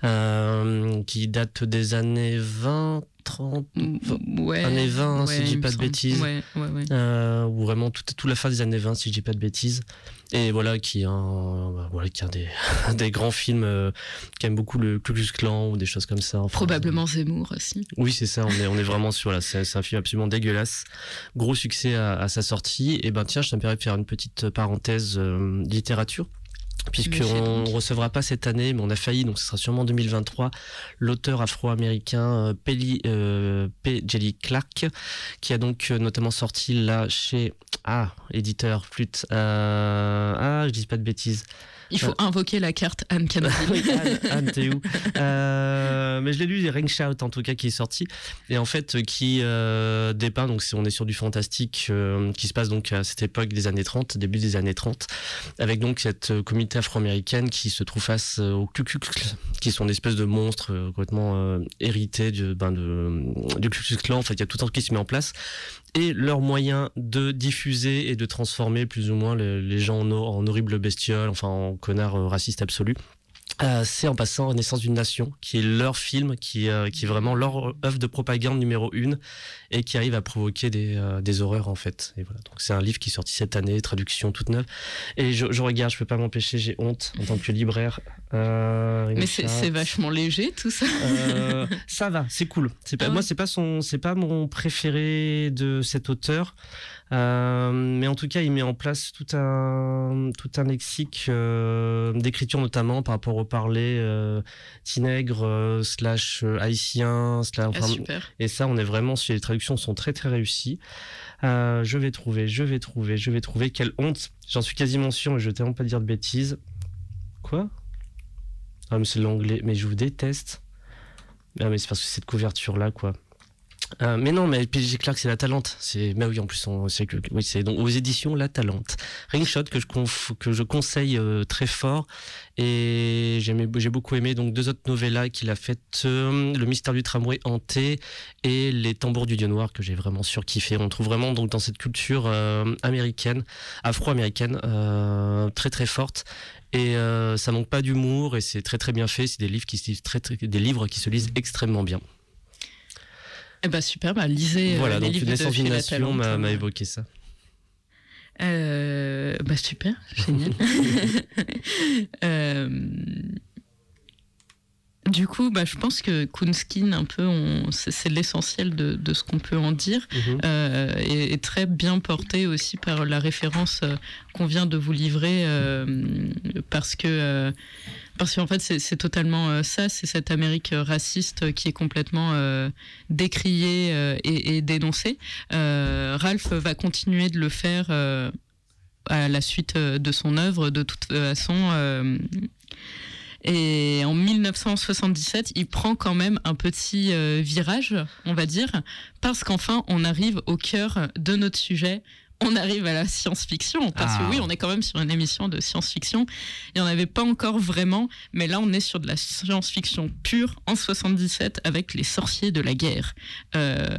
euh, qui date des années vingt, trente, ouais, années vingt, ouais, si je dis pas de bêtises, ouais, ouais, ouais. Euh, ou vraiment toute, toute la fin des années vingt, si je dis pas de bêtises, et voilà, qui est un, voilà, qui est un des, des grands films euh, qui aime beaucoup le Ku Klux Klan ou des choses comme ça. Enfin, probablement Zemmour aussi. Oui, c'est ça, on est, on est vraiment sur là, c'est, c'est un film absolument dégueulasse, gros succès à, à sa sortie, et ben tiens, je me permets de faire une petite parenthèse euh, littérature. Puisqu'on ne recevra pas cette année, mais on a failli, donc ce sera sûrement en deux mille vingt-trois, l'auteur afro-américain Pelly, euh, P. Djeli Clark, qui a donc euh, notamment sorti là chez... Ah, éditeur, flûte... Euh, ah, je dis pas de bêtises. Il faut euh... invoquer la carte Anne Canaville. Oui, Anne, Anne, t'es où euh, Mais je l'ai lu, les Ring Shout en tout cas, qui est sorti, et en fait qui euh, dépeint, donc on est sur du fantastique, euh, qui se passe donc à cette époque des années trente, début des années trente, avec donc cette communauté afro-américaine qui se trouve face aux Ku Klux Klan, qui sont une espèce de monstres euh, complètement euh, hérités du, ben de, du Ku Klux Klan. En fait, il y a tout un truc qui se met en place, et leur moyen de diffuser et de transformer plus ou moins les, les gens en, en horribles bestioles, enfin en connards euh, racistes absolus. Euh, c'est En passant Naissance d'une nation, qui est leur film, qui, euh, qui est vraiment leur œuvre de propagande numéro une et qui arrive à provoquer des, euh, des horreurs en fait. Et voilà. Donc c'est un livre qui est sorti cette année, traduction toute neuve. Et je, je regarde, je peux pas m'empêcher, j'ai honte en tant que libraire. Euh, Mais c'est, c'est vachement léger tout ça. Euh, ça va, c'est cool. C'est pas, ah ouais. Moi, c'est pas son, c'est pas mon préféré de cet auteur. Euh, mais en tout cas, il met en place tout un, tout un lexique euh, d'écriture, notamment par rapport au parler euh, tinègre, euh, slash euh, haïtien. Slash, enfin, ah, super. Et ça, on est vraiment sur les traductions sont très très réussies. Euh, je vais trouver, je vais trouver, je vais trouver. Quelle honte! J'en suis quasiment sûr, mais je vais tellement pas dire de bêtises. Quoi? Ah, mais c'est l'anglais. Mais je vous déteste. Ah, mais c'est parce que cette couverture-là, quoi. Euh, mais non, mais P J Clark, c'est La Talente. C'est, mais oui, en plus, on, c'est que, oui, c'est donc aux éditions La Talente. Ringshot que je conf, que je conseille euh, très fort. Et j'ai, j'ai beaucoup aimé donc deux autres novellas qu'il a faites, euh, Le Mystère du tramway hanté et Les Tambours du Dieu noir que j'ai vraiment surkiffé. On trouve vraiment donc dans cette culture euh, américaine, afro-américaine, euh, très très forte. Et euh, ça manque pas d'humour et c'est très très bien fait. C'est des livres qui se lisent très, très des livres qui se lisent extrêmement bien. Eh ben super, bah lisez voilà, euh, les donc livres de Naissance d'une nation m'a, m'a euh. évoqué ça. Euh, bah super, génial. euh, du coup, bah, je pense que Coonskin, un peu, on, c'est, c'est l'essentiel de, de ce qu'on peut en dire, mm-hmm. euh, et est très bien porté aussi par la référence euh, qu'on vient de vous livrer, euh, parce que euh, parce qu'en fait, c'est, c'est totalement euh, ça, c'est cette Amérique raciste qui est complètement euh, décriée euh, et, et dénoncée. Euh, Ralph va continuer de le faire euh, à la suite de son œuvre, de toute façon. Euh, Et en dix-neuf cent soixante-dix-sept, il prend quand même un petit euh, virage, on va dire, parce qu'enfin, on arrive au cœur de notre sujet. On arrive à la science-fiction, parce ah. que oui, on est quand même sur une émission de science-fiction. Il n'y en avait pas encore vraiment, mais là, on est sur de la science-fiction pure en soixante-dix-sept avec Les Sorciers de la Guerre. Euh,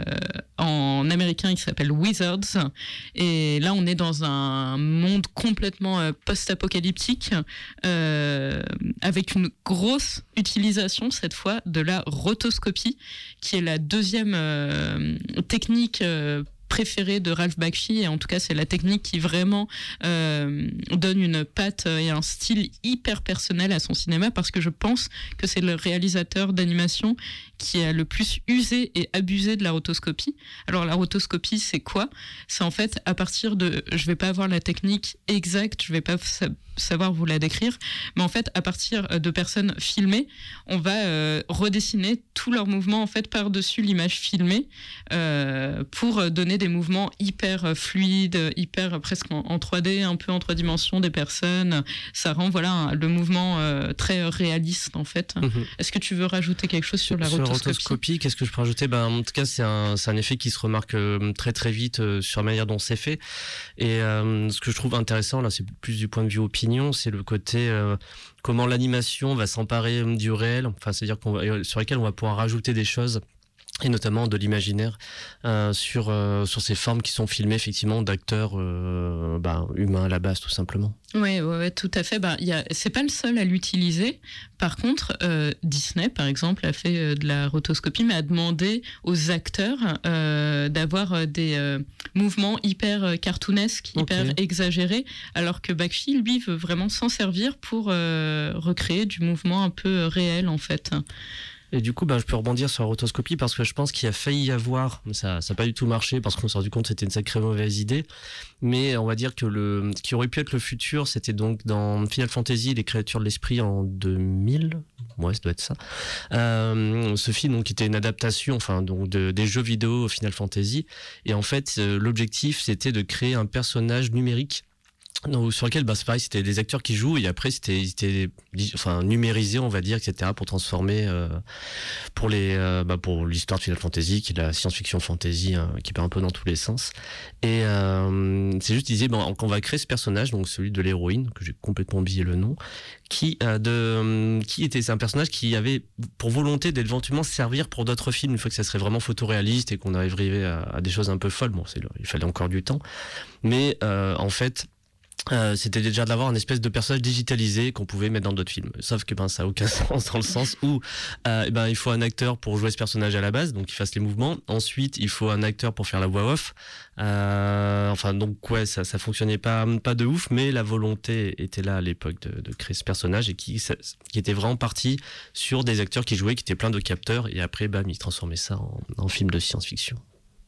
en américain, il s'appelle Wizards. Et là, on est dans un monde complètement euh, post-apocalyptique, euh, avec une grosse utilisation, cette fois, de la rotoscopie, qui est la deuxième euh, technique euh, préférée de Ralph Bakshi, et en tout cas c'est la technique qui vraiment euh, donne une patte et un style hyper personnel à son cinéma, parce que je pense que c'est le réalisateur d'animation qui a le plus usé et abusé de la rotoscopie. Alors la rotoscopie, c'est quoi? C'est en fait à partir de, je vais pas avoir la technique exacte, je vais pas sa- savoir vous la décrire, mais en fait à partir de personnes filmées, on va euh, redessiner tous leurs mouvements en fait par-dessus l'image filmée, euh, pour donner des mouvements hyper fluides, hyper presque en, en trois D, un peu en trois dimensions des personnes. Ça rend voilà un, le mouvement euh, très réaliste en fait. Mm-hmm. Est-ce que tu veux rajouter quelque chose sur la sur rotoscopie? rotoscopie, qu'est-ce que je peux rajouter? Ben, en tout cas, c'est un, c'est un effet qui se remarque euh, très très vite euh, sur la manière dont c'est fait. Et euh, ce que je trouve intéressant, là, c'est plus du point de vue opinion, c'est le côté euh, comment l'animation va s'emparer du réel, enfin, c'est-à-dire qu'on va, sur lequel on va pouvoir rajouter des choses, et notamment de l'imaginaire euh, sur euh, sur ces formes qui sont filmées effectivement d'acteurs euh, bah, humains à la base, tout simplement. Ouais, ouais, ouais, tout à fait. Bah, y a, c'est pas le seul à l'utiliser. Par contre, euh, Disney, par exemple, a fait euh, de la rotoscopie, mais a demandé aux acteurs euh, d'avoir des euh, mouvements hyper cartoonesques, hyper okay. exagérés, alors que Bakshi, lui, veut vraiment s'en servir pour euh, recréer du mouvement un peu réel, en fait. Et du coup, ben, je peux rebondir sur la rotoscopie parce que je pense qu'il a failli y avoir, ça n'a pas du tout marché parce qu'on s'est rendu compte que c'était une sacrée mauvaise idée, mais on va dire que le, ce qui aurait pu être le futur, c'était donc dans Final Fantasy, Les Créatures de l'Esprit en deux mille, ouais, ça doit être ça. Euh, ce film, donc, qui était une adaptation, enfin, donc, de, des jeux vidéo Final Fantasy, et en fait, euh, l'objectif, c'était de créer un personnage numérique. Donc, sur lequel, bah, c'est pareil, c'était des acteurs qui jouent et après c'était, c'était enfin, numérisé, on va dire, et cetera, pour transformer euh, pour, les, euh, bah, pour l'histoire de Final Fantasy, qui est la science-fiction fantasy, hein, qui part un peu dans tous les sens. Et euh, c'est juste, ils disaient, bon, qu'on va créer ce personnage, donc celui de l'héroïne, que j'ai complètement oublié le nom, qui, euh, de, qui était, c'est un personnage qui avait pour volonté d'éventuellement servir pour d'autres films, une fois que ça serait vraiment photoréaliste et qu'on arriverait à, à des choses un peu folles. Bon, c'est, il fallait encore du temps. Mais euh, en fait, Euh, c'était déjà d'avoir une espèce de personnage digitalisé qu'on pouvait mettre dans d'autres films. Sauf que ben ça a aucun sens dans le sens où euh, eh ben il faut un acteur pour jouer ce personnage à la base, donc il fasse les mouvements. Ensuite, il faut un acteur pour faire la voix off. Euh, enfin donc ouais, ça ça fonctionnait pas pas de ouf, mais la volonté était là à l'époque de, de créer ce personnage et qui ça, qui était vraiment parti sur des acteurs qui jouaient, qui étaient plein de capteurs et après bam ils transformaient ça en, en film de science-fiction.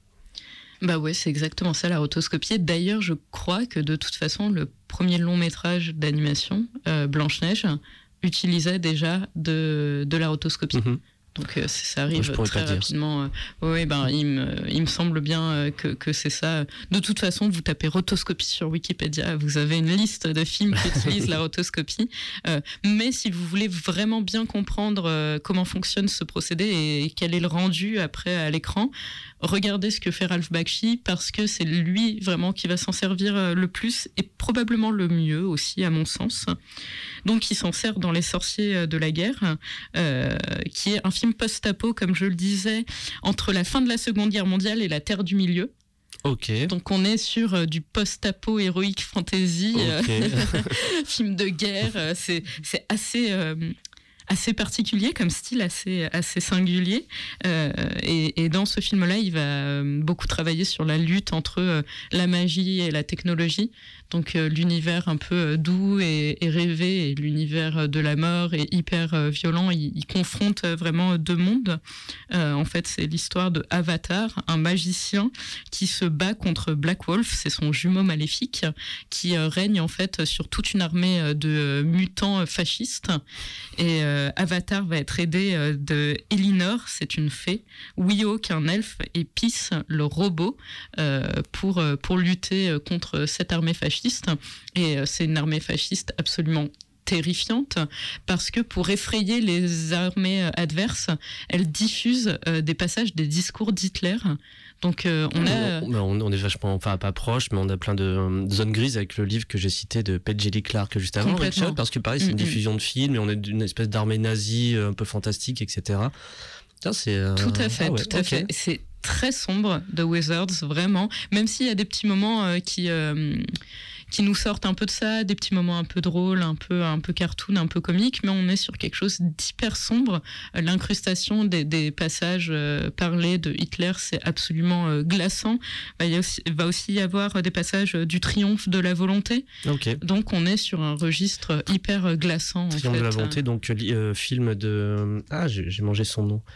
Bah ouais, c'est exactement ça, la rotoscopie. D'ailleurs, je crois que de toute façon, le premier long métrage d'animation, euh, Blanche-Neige, utilisait déjà de, de la rotoscopie. Mm-hmm. Donc euh, ça arrive Moi, très rapidement. Euh, oui, ben, il, me, il me semble bien euh, que, que c'est ça. De toute façon, vous tapez rotoscopie sur Wikipédia, vous avez une liste de films qui utilisent la rotoscopie. Euh, mais si vous voulez vraiment bien comprendre euh, comment fonctionne ce procédé et, et quel est le rendu après à l'écran, regardez ce que fait Ralph Bakshi, parce que c'est lui vraiment qui va s'en servir le plus et probablement le mieux aussi, à mon sens. Donc il s'en sert dans Les Sorciers de la Guerre, euh, qui est un film post-apo, comme je le disais, entre la fin de la Seconde Guerre mondiale et la Terre du Milieu. Ok. Donc on est sur euh, du post-apo héroïque fantasy, okay. euh, film de guerre. Euh, c'est, c'est assez... Euh, assez particulier comme style, assez, assez singulier. Euh, et, et dans ce film-là, il va beaucoup travailler sur la lutte entre euh, la magie et la technologie. Donc euh, l'univers un peu doux et, et rêvé et l'univers de la mort est hyper euh, violent. Il, il confronte vraiment deux mondes. Euh, en fait, c'est l'histoire de Avatar, un magicien qui se bat contre Black Wolf, c'est son jumeau maléfique, qui euh, règne en fait sur toute une armée de mutants fascistes. Et euh, Avatar va être aidé euh, de Elinor, c'est une fée, Wiyok, un elfe, et Peace, le robot, euh, pour, euh, pour lutter contre cette armée fasciste. Et euh, c'est une armée fasciste absolument terrifiante, parce que pour effrayer les armées adverses, elle diffuse euh, des passages des discours d'Hitler. Donc euh, on a... On, on est vachement, enfin pas proche, mais on a plein de euh, zones grises avec le livre que j'ai cité de Page Clark juste avant, Richard, parce que pareil, c'est une mm-hmm. diffusion de films, et on est d'une espèce d'armée nazie un peu fantastique, et cetera. Tiens, c'est, euh... Tout à fait, ah ouais, tout à okay. fait. C'est très sombre, The Wizards, vraiment. Même s'il y a des petits moments euh, qui... Euh, qui nous sortent un peu de ça, des petits moments un peu drôles, un peu, un peu cartoon, un peu comique, mais on est sur quelque chose d'hyper sombre. Euh, l'incrustation des, des passages euh, parlés de Hitler, c'est absolument euh, glaçant. Bah, il y a aussi, va aussi y avoir des passages euh, du triomphe de la volonté. Okay. Donc on est sur un registre hyper glaçant. Triomphe en fait. de la volonté, donc euh, film de... Ah, j'ai, j'ai mangé son nom.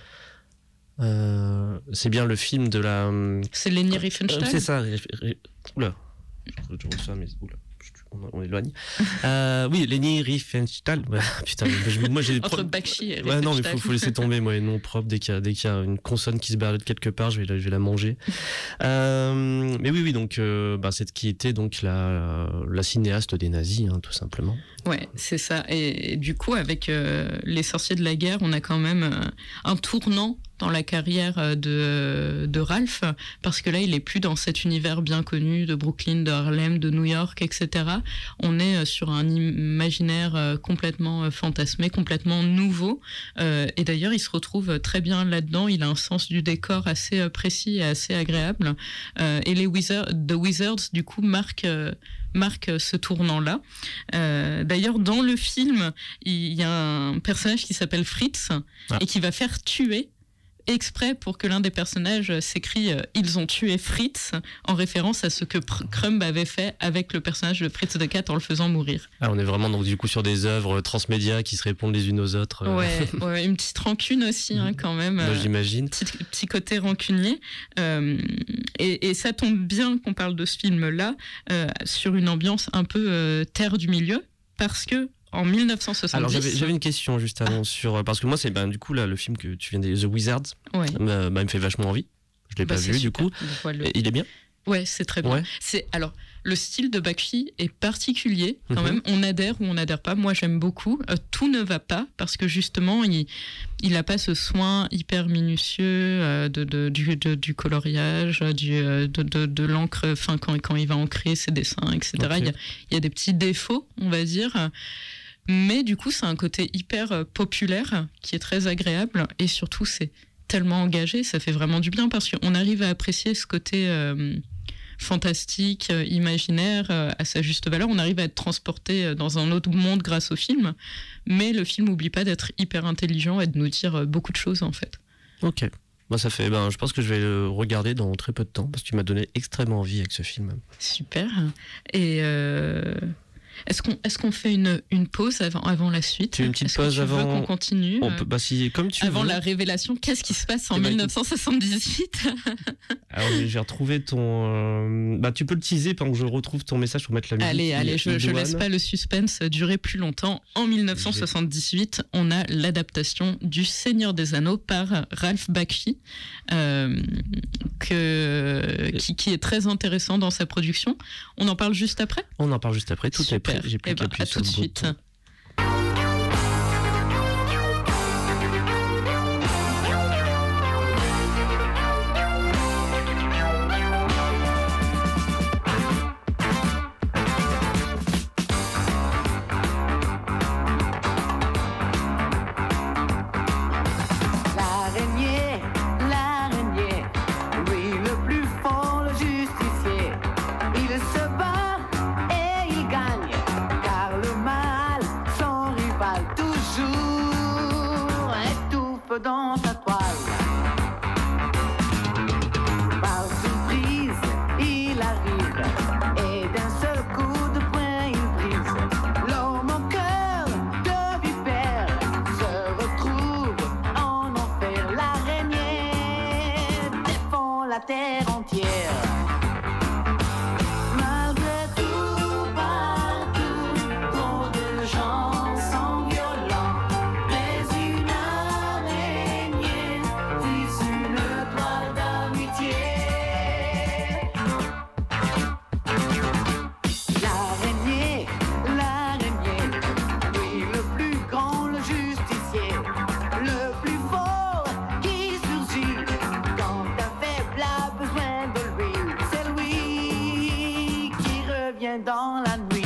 Euh, c'est bien le film de la... C'est Leni Riefenstahl. Euh, c'est ça. Oula. Je reçois, mais oula, on, on éloigne. euh, oui, Leni Riefenstahl. Ouais, putain, je, moi j'ai des Entre pro... Bakshi et ouais, non, mais faut, faut laisser tomber, moi, les noms propres. Dès qu'il y a, dès qu'il y a une consonne qui se balade quelque part, je vais la, je vais la manger. euh, mais oui, oui, donc, euh, bah, c'est qui était donc la, la cinéaste des nazis, hein, tout simplement. Ouais, c'est ça. Et, et du coup, avec euh, Les Sorciers de la Guerre, on a quand même euh, un tournant dans la carrière de, de Ralph, parce que là, il est plus dans cet univers bien connu de Brooklyn, de Harlem, de New York, et cetera. On est sur un imaginaire complètement fantasmé, complètement nouveau. Euh, et d'ailleurs, il se retrouve très bien là-dedans. Il a un sens du décor assez précis et assez agréable. Euh, et les Wizards, The Wizards, du coup, marquent... Euh, marque ce tournant-là. Euh, d'ailleurs, dans le film, il y a un personnage qui s'appelle Fritz ah. et qui va faire tuer exprès pour que l'un des personnages s'écrie euh, « Ils ont tué Fritz » en référence à ce que Pr- Crumb avait fait avec le personnage de Fritz the Cat en le faisant mourir. Ah, on est vraiment donc du coup sur des œuvres transmédia qui se répondent les unes aux autres. Euh... Ouais, ouais, une petite rancune aussi hein, quand même. Moi, j'imagine. Petit, petit côté rancunier. Euh, et, et ça tombe bien qu'on parle de ce film-là euh, sur une ambiance un peu euh, terre du milieu, parce que en dix-neuf cent soixante-dix. Alors j'avais, j'avais une question juste avant ah. sur parce que moi c'est ben du coup là le film que tu viens de The Wizards, ouais. bah, bah, il me fait vachement envie. Je l'ai bah, pas vu super. Du coup. Le... Il est bien. Ouais, c'est très bien. Ouais. C'est alors le style de Bakshi est particulier quand mm-hmm. même. On adhère ou on n'adhère pas. Moi j'aime beaucoup. Euh, tout ne va pas parce que justement il il a pas ce soin hyper minutieux euh, de, de du de, du coloriage, du de de, de l'encre. Enfin quand quand il va ancrer ses dessins, et cetera. Okay. Il y a il y a des petits défauts, on va dire. Mais du coup, c'est un côté hyper populaire qui est très agréable et surtout, c'est tellement engagé, ça fait vraiment du bien parce qu'on arrive à apprécier ce côté euh, fantastique, euh, imaginaire, euh, à sa juste valeur. On arrive à être transporté dans un autre monde grâce au film, mais le film n'oublie pas d'être hyper intelligent et de nous dire euh, beaucoup de choses en fait. Ok. Moi, ça fait. Ben, je pense que je vais le regarder dans très peu de temps parce que tu m'as donné extrêmement envie avec ce film. Super. Et euh, est-ce qu'on est-ce qu'on fait une une pause avant avant la suite? Tu veux une petite est-ce pause que tu avant veux qu'on continue? On peut, bah, si, comme tu Avant veux. la révélation, qu'est-ce qui se passe en Eh ben, dix-neuf cent soixante-dix-huit? Alors, j'ai retrouvé ton. Euh... Bah, tu peux le teaser pendant que je retrouve ton message pour mettre la musique. Allez, allez, je, je idoine. laisse pas le suspense durer plus longtemps. En dix-neuf cent soixante-dix-huit, on a l'adaptation du Seigneur des Anneaux par Ralph Bakshi, euh, que, qui, qui est très intéressant dans sa production. On en parle juste après? On en parle juste après. Tout est prêt. J'ai plus Eh ben, qu'à appuyer à sur tout de le suite. bouton. L'araignée, l'araignée, lui le plus fort, le justicier. Il se bat et il gagne, car le mal, son rival toujours, étouffe dans sa toile. Par surprise, il arrive, et d'un seul coup de poing il brise. L'homme au cœur de vipère se retrouve en enfer. L'araignée défend la terre entière. Malgré tout, partout, trop de gens sont violents. Mais une araignée tisse une toile d'amitié. L'araignée, l'araignée, lui le plus grand, le justicier, le plus fort qui surgit quand un faible a besoin de lui. C'est lui qui revient dans la nuit.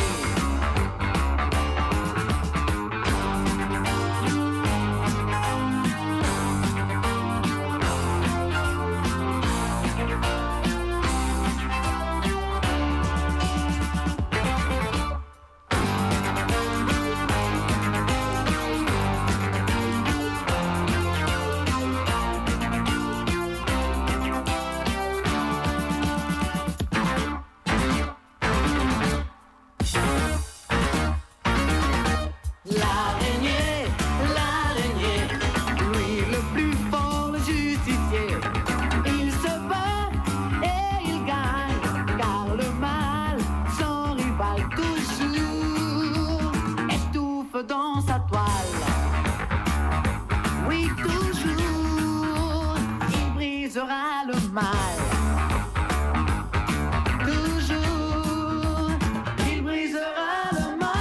L'araignée, l'araignée, lui le plus fort, le justicier. Il se bat et il gagne, car le mal, son rival toujours, étouffe dans sa toile. Oui, toujours, il brisera le mal. Toujours, il brisera le mal.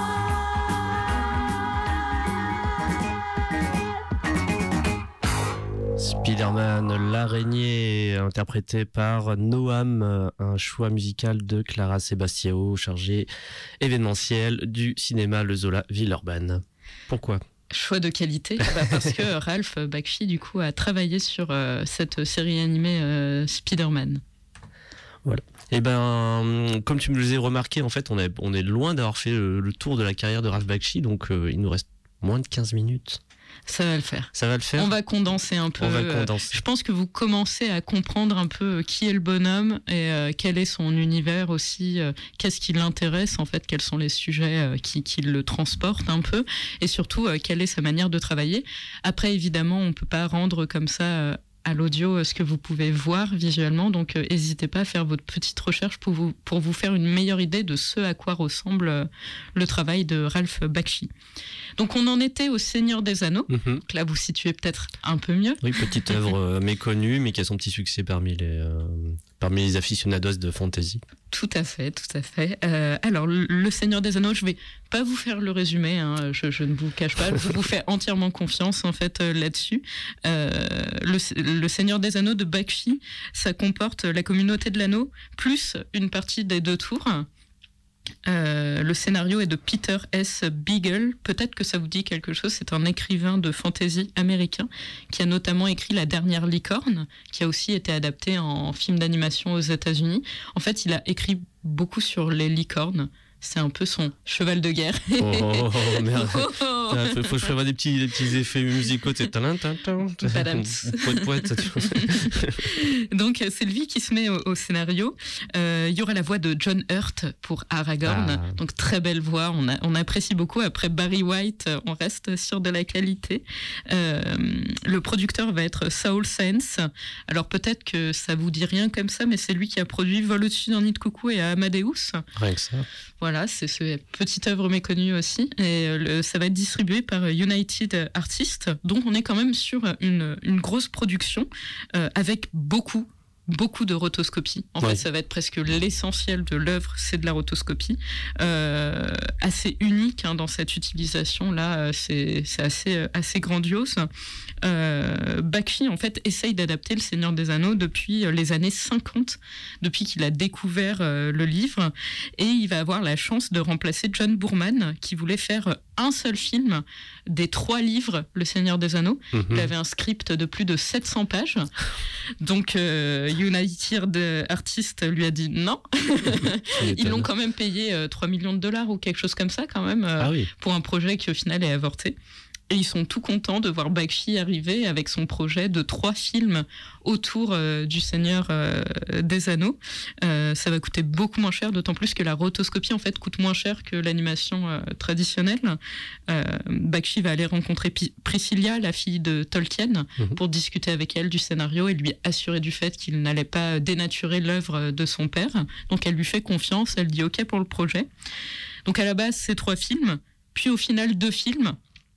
Spider-Man, l'araignée, interprété par Noam, euh, un choix musical de Clara Sebastiao, chargée événementielle du cinéma Le Zola Villeurbanne. Pourquoi ? Choix de qualité, bah parce que Ralph Bakshi du coup a travaillé sur euh, cette série animée euh, Spider-Man. Voilà. Et ben, comme tu me le as remarqué, en fait, on est, on est loin d'avoir fait le, le tour de la carrière de Ralph Bakshi, donc euh, il nous reste moins de quinze minutes. Ça va le faire. Ça va le faire. On va condenser un peu. On va euh, condenser. Je pense que vous commencez à comprendre un peu qui est le bonhomme et euh, quel est son univers aussi, euh, qu'est-ce qui l'intéresse en fait, quels sont les sujets euh, qui, qui le transportent un peu et surtout euh, quelle est sa manière de travailler. Après, évidemment, on ne peut pas rendre comme ça euh, à l'audio ce que vous pouvez voir visuellement, donc euh, n'hésitez pas à faire votre petite recherche pour vous, pour vous faire une meilleure idée de ce à quoi ressemble euh, le travail de Ralph Bakshi. Donc on en était au Seigneur des Anneaux, Mhm. donc là vous situez peut-être un peu mieux. Oui, petite œuvre euh, méconnue, mais qui a son petit succès parmi les, euh, parmi les aficionados de fantasy. Tout à fait, tout à fait. Euh, alors, le, le Seigneur des Anneaux, je vais pas vous faire le résumé, hein, je, je ne vous cache pas, je vous fais entièrement confiance en fait euh, là-dessus. Euh, le, le Seigneur des Anneaux de Bakshi, ça comporte la communauté de l'anneau, plus une partie des deux tours. Euh, le scénario est de Peter S. Beagle. Peut-être que ça vous dit quelque chose. C'est un écrivain de fantasy américain qui a notamment écrit La Dernière Licorne, qui a aussi été adapté en film d'animation aux États-Unis. En fait, il a écrit beaucoup sur les licornes. C'est un peu son cheval de guerre. Oh, oh, oh merde. Il faut que je prévoie des petits, des petits effets musicaux. C'est poète, poète. Donc, c'est lui qui se met au, au scénario. Euh, il y aura la voix de John Hurt pour Aragorn. Ah. Donc, très belle voix. On, a, on apprécie beaucoup. Après Barry White, on reste sur de la qualité. Euh, le producteur va être Saul Saenz. Alors, peut-être que ça vous dit rien comme ça, mais c'est lui qui a produit Vol au-dessus d'un nid de coucou et Amadeus. Rien que ça. Voilà, c'est une petite œuvre méconnue aussi. Et le, ça va être distribué par United Artists. Donc, on est quand même sur une, une grosse production euh, avec beaucoup, beaucoup de rotoscopie. En ouais. fait, ça va être presque l'essentiel de l'œuvre, c'est de la rotoscopie. Euh, assez unique hein, dans cette utilisation-là, c'est, c'est assez, assez grandiose. Euh, Bakshi, en fait, essaye d'adapter Le Seigneur des Anneaux depuis les années cinquante, depuis qu'il a découvert euh, le livre, et il va avoir la chance de remplacer John Boorman, qui voulait faire un seul film des trois livres Le Seigneur des Anneaux. Mmh. Il avait un script de plus de sept cents pages. Donc, euh, United Artists lui a dit non. Ils l'ont quand même payé euh, trois millions de dollars ou quelque chose comme ça, quand même, euh, ah oui. pour un projet qui, au final, est avorté. Et ils sont tout contents de voir Bakshi arriver avec son projet de trois films autour euh, du Seigneur euh, des Anneaux. Euh, ça va coûter beaucoup moins cher, d'autant plus que la rotoscopie en fait coûte moins cher que l'animation euh, traditionnelle. Euh, Bakshi va aller rencontrer P- Priscilla, la fille de Tolkien, mmh. pour discuter avec elle du scénario et lui assurer du fait qu'il n'allait pas dénaturer l'œuvre de son père. Donc elle lui fait confiance, elle dit OK pour le projet. Donc à la base, c'est trois films, puis au final deux films.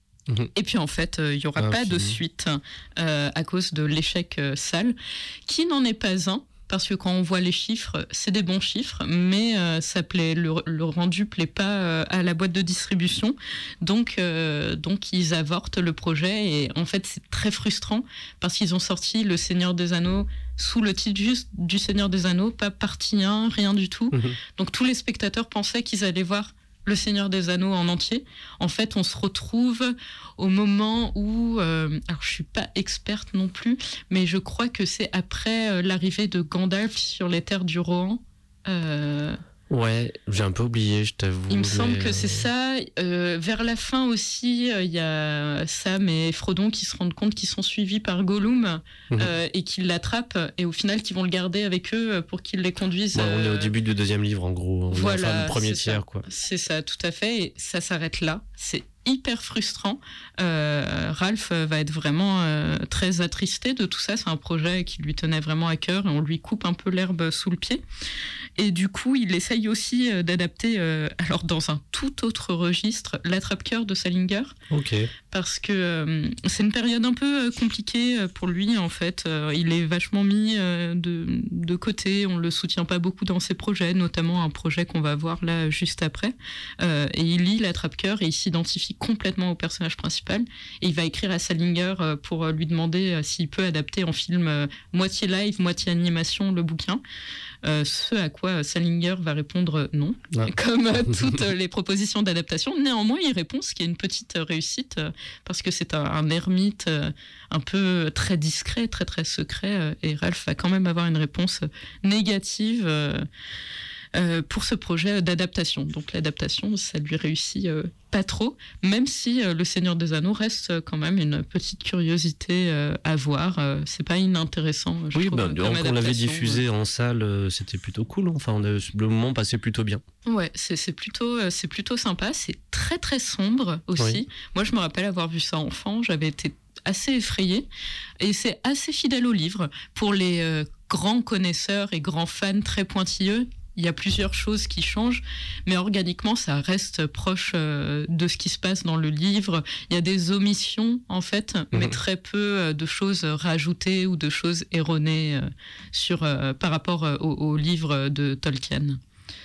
Et puis en fait, il euh, n'y aura ah, pas fini. de suite euh, à cause de l'échec euh, sale, qui n'en est pas un, parce que quand on voit les chiffres, c'est des bons chiffres, mais euh, ça plaît, le, le rendu ne plaît pas euh, à la boîte de distribution, donc, euh, donc ils avortent le projet, et en fait c'est très frustrant, parce qu'ils ont sorti Le Seigneur des Anneaux sous le titre juste du Seigneur des Anneaux, pas partie un, rien du tout, mmh. donc tous les spectateurs pensaient qu'ils allaient voir Le Seigneur des Anneaux en entier. En fait, on se retrouve au moment où, euh, alors je suis pas experte non plus, mais je crois que c'est après euh, l'arrivée de Gandalf sur les terres du Rohan. Euh, Ouais, j'ai un peu oublié, je t'avoue. Il me semble mais... que c'est ça. Euh, vers la fin aussi, il euh, y a Sam et Frodon qui se rendent compte qu'ils sont suivis par Gollum mmh. euh, et qu'ils l'attrapent, et au final, qu'ils vont le garder avec eux pour qu'ils les conduisent. Ouais, on est au début du deuxième livre, en gros. On voilà, est à la fin du premier c'est tiers, ça. quoi. C'est ça, tout à fait. Et ça s'arrête là. C'est hyper frustrant. Euh, Ralph va être vraiment euh, très attristé de tout ça. C'est un projet qui lui tenait vraiment à cœur, et on lui coupe un peu l'herbe sous le pied. Et du coup, il essaye aussi euh, d'adapter, euh, alors dans un tout autre registre, L'Attrape-cœur de Salinger. Ok. Parce que euh, c'est une période un peu euh, compliquée pour lui, en fait. Euh, il est vachement mis euh, de, de côté. On le soutient pas beaucoup dans ses projets, notamment un projet qu'on va voir là juste après. Euh, et il lit L'Attrape-cœur et il s'identifie complètement au personnage principal. Et il va écrire à Salinger euh, pour lui demander euh, s'il peut adapter en film euh, moitié live, moitié animation le bouquin. Euh, ce à quoi Salinger va répondre non, ouais. comme euh, toutes les propositions d'adaptation. Néanmoins, il répond, ce qui est une petite réussite, euh, parce que c'est un, un ermite euh, un peu très discret, très très secret, euh, et Ralph va quand même avoir une réponse négative euh, euh, pour ce projet d'adaptation. Donc l'adaptation, ça lui réussit euh, pas trop, même si euh, Le Seigneur des Anneaux reste euh, quand même une petite curiosité euh, à voir. Euh, c'est pas inintéressant. Je oui, trouve, bah, quand on l'avait diffusé euh... en salle, euh, c'était plutôt cool. Enfin, on a, le moment passait plutôt bien. Ouais, c'est, c'est, plutôt, euh, c'est plutôt sympa. C'est très très sombre aussi. Oui. Moi, je me rappelle avoir vu ça enfant. J'avais été assez effrayée. Et c'est assez fidèle au livre. Pour les euh, grands connaisseurs et grands fans très pointilleux, il y a plusieurs choses qui changent, mais organiquement, ça reste proche euh, de ce qui se passe dans le livre. Il y a des omissions, en fait, mmh. mais très peu euh, de choses rajoutées ou de choses erronées euh, sur, euh, par rapport euh, au, au livre de Tolkien.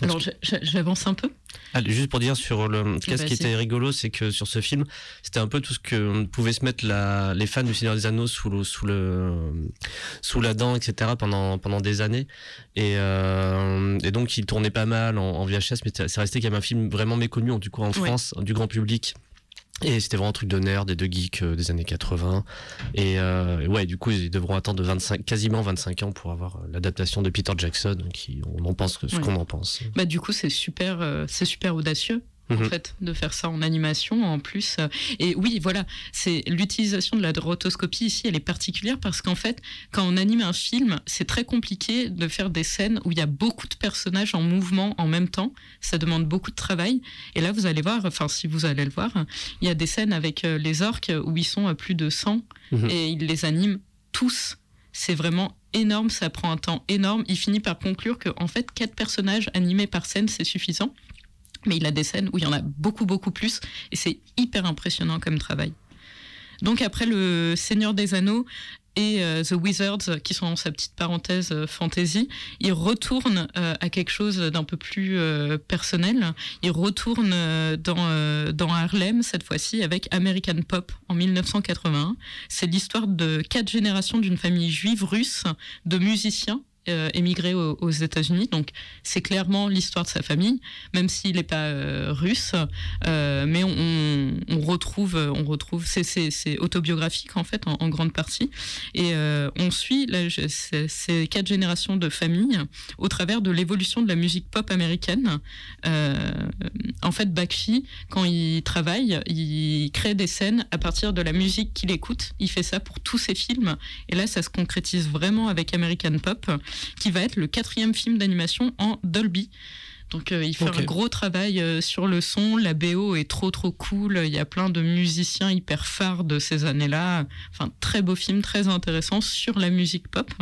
Alors j'avance un peu. Allez, juste pour dire sur le ce Vas-y. qui était rigolo, c'est que sur ce film, c'était un peu tout ce que pouvaient se mettre la, les fans du Seigneur des Anneaux sous le, sous le sous la dent, et cetera pendant pendant des années. Et, euh, et donc il tournait pas mal en, en V H S, mais c'est resté quand même un film vraiment méconnu, en du coup en France, ouais. du grand public. Et c'était vraiment un truc de nerd et de geek euh, des années quatre-vingts. Et euh, ouais, du coup, ils devront attendre vingt-cinq, quasiment vingt-cinq ans pour avoir euh, l'adaptation de Peter Jackson, qui on en pense ce ouais. qu'on en pense. Bah du coup, c'est super, euh, c'est super audacieux. En mmh. fait, de faire ça en animation en plus. Et oui, voilà, c'est l'utilisation de la rotoscopie ici, elle est particulière parce qu'en fait, quand on anime un film, c'est très compliqué de faire des scènes où il y a beaucoup de personnages en mouvement en même temps. Ça demande beaucoup de travail. Et là, vous allez voir, enfin, si vous allez le voir, il y a des scènes avec les orques où ils sont à plus de cent mmh. et ils les animent tous. C'est vraiment énorme, ça prend un temps énorme. Il finit par conclure que, en fait, quatre personnages animés par scène, c'est suffisant. Mais il a des scènes où il y en a beaucoup, beaucoup plus. Et c'est hyper impressionnant comme travail. Donc après le Seigneur des Anneaux et euh, The Wizards, qui sont dans sa petite parenthèse euh, fantasy, il retourne euh, à quelque chose d'un peu plus euh, personnel. Il retourne euh, dans, euh, dans Harlem, cette fois-ci, avec American Pop, en dix-neuf cent quatre-vingt-un. C'est l'histoire de quatre générations d'une famille juive russe de musiciens Euh, émigré aux, aux États-Unis, donc c'est clairement l'histoire de sa famille, même s'il n'est pas euh, russe, euh, mais on, on retrouve, on retrouve, c'est, c'est, c'est autobiographique en fait en, en grande partie, et euh, on suit là, je, c'est, ces quatre générations de familles au travers de l'évolution de la musique pop américaine. Euh, en fait, Bakshi, quand il travaille, il crée des scènes à partir de la musique qu'il écoute. Il fait ça pour tous ses films, et là, ça se concrétise vraiment avec American Pop, qui va être le quatrième film d'animation en Dolby. Donc euh, il fait okay. un gros travail euh, sur le son, la B O est trop trop cool, il y a plein de musiciens hyper phares de ces années-là. Enfin, très beau film, très intéressant sur la musique pop.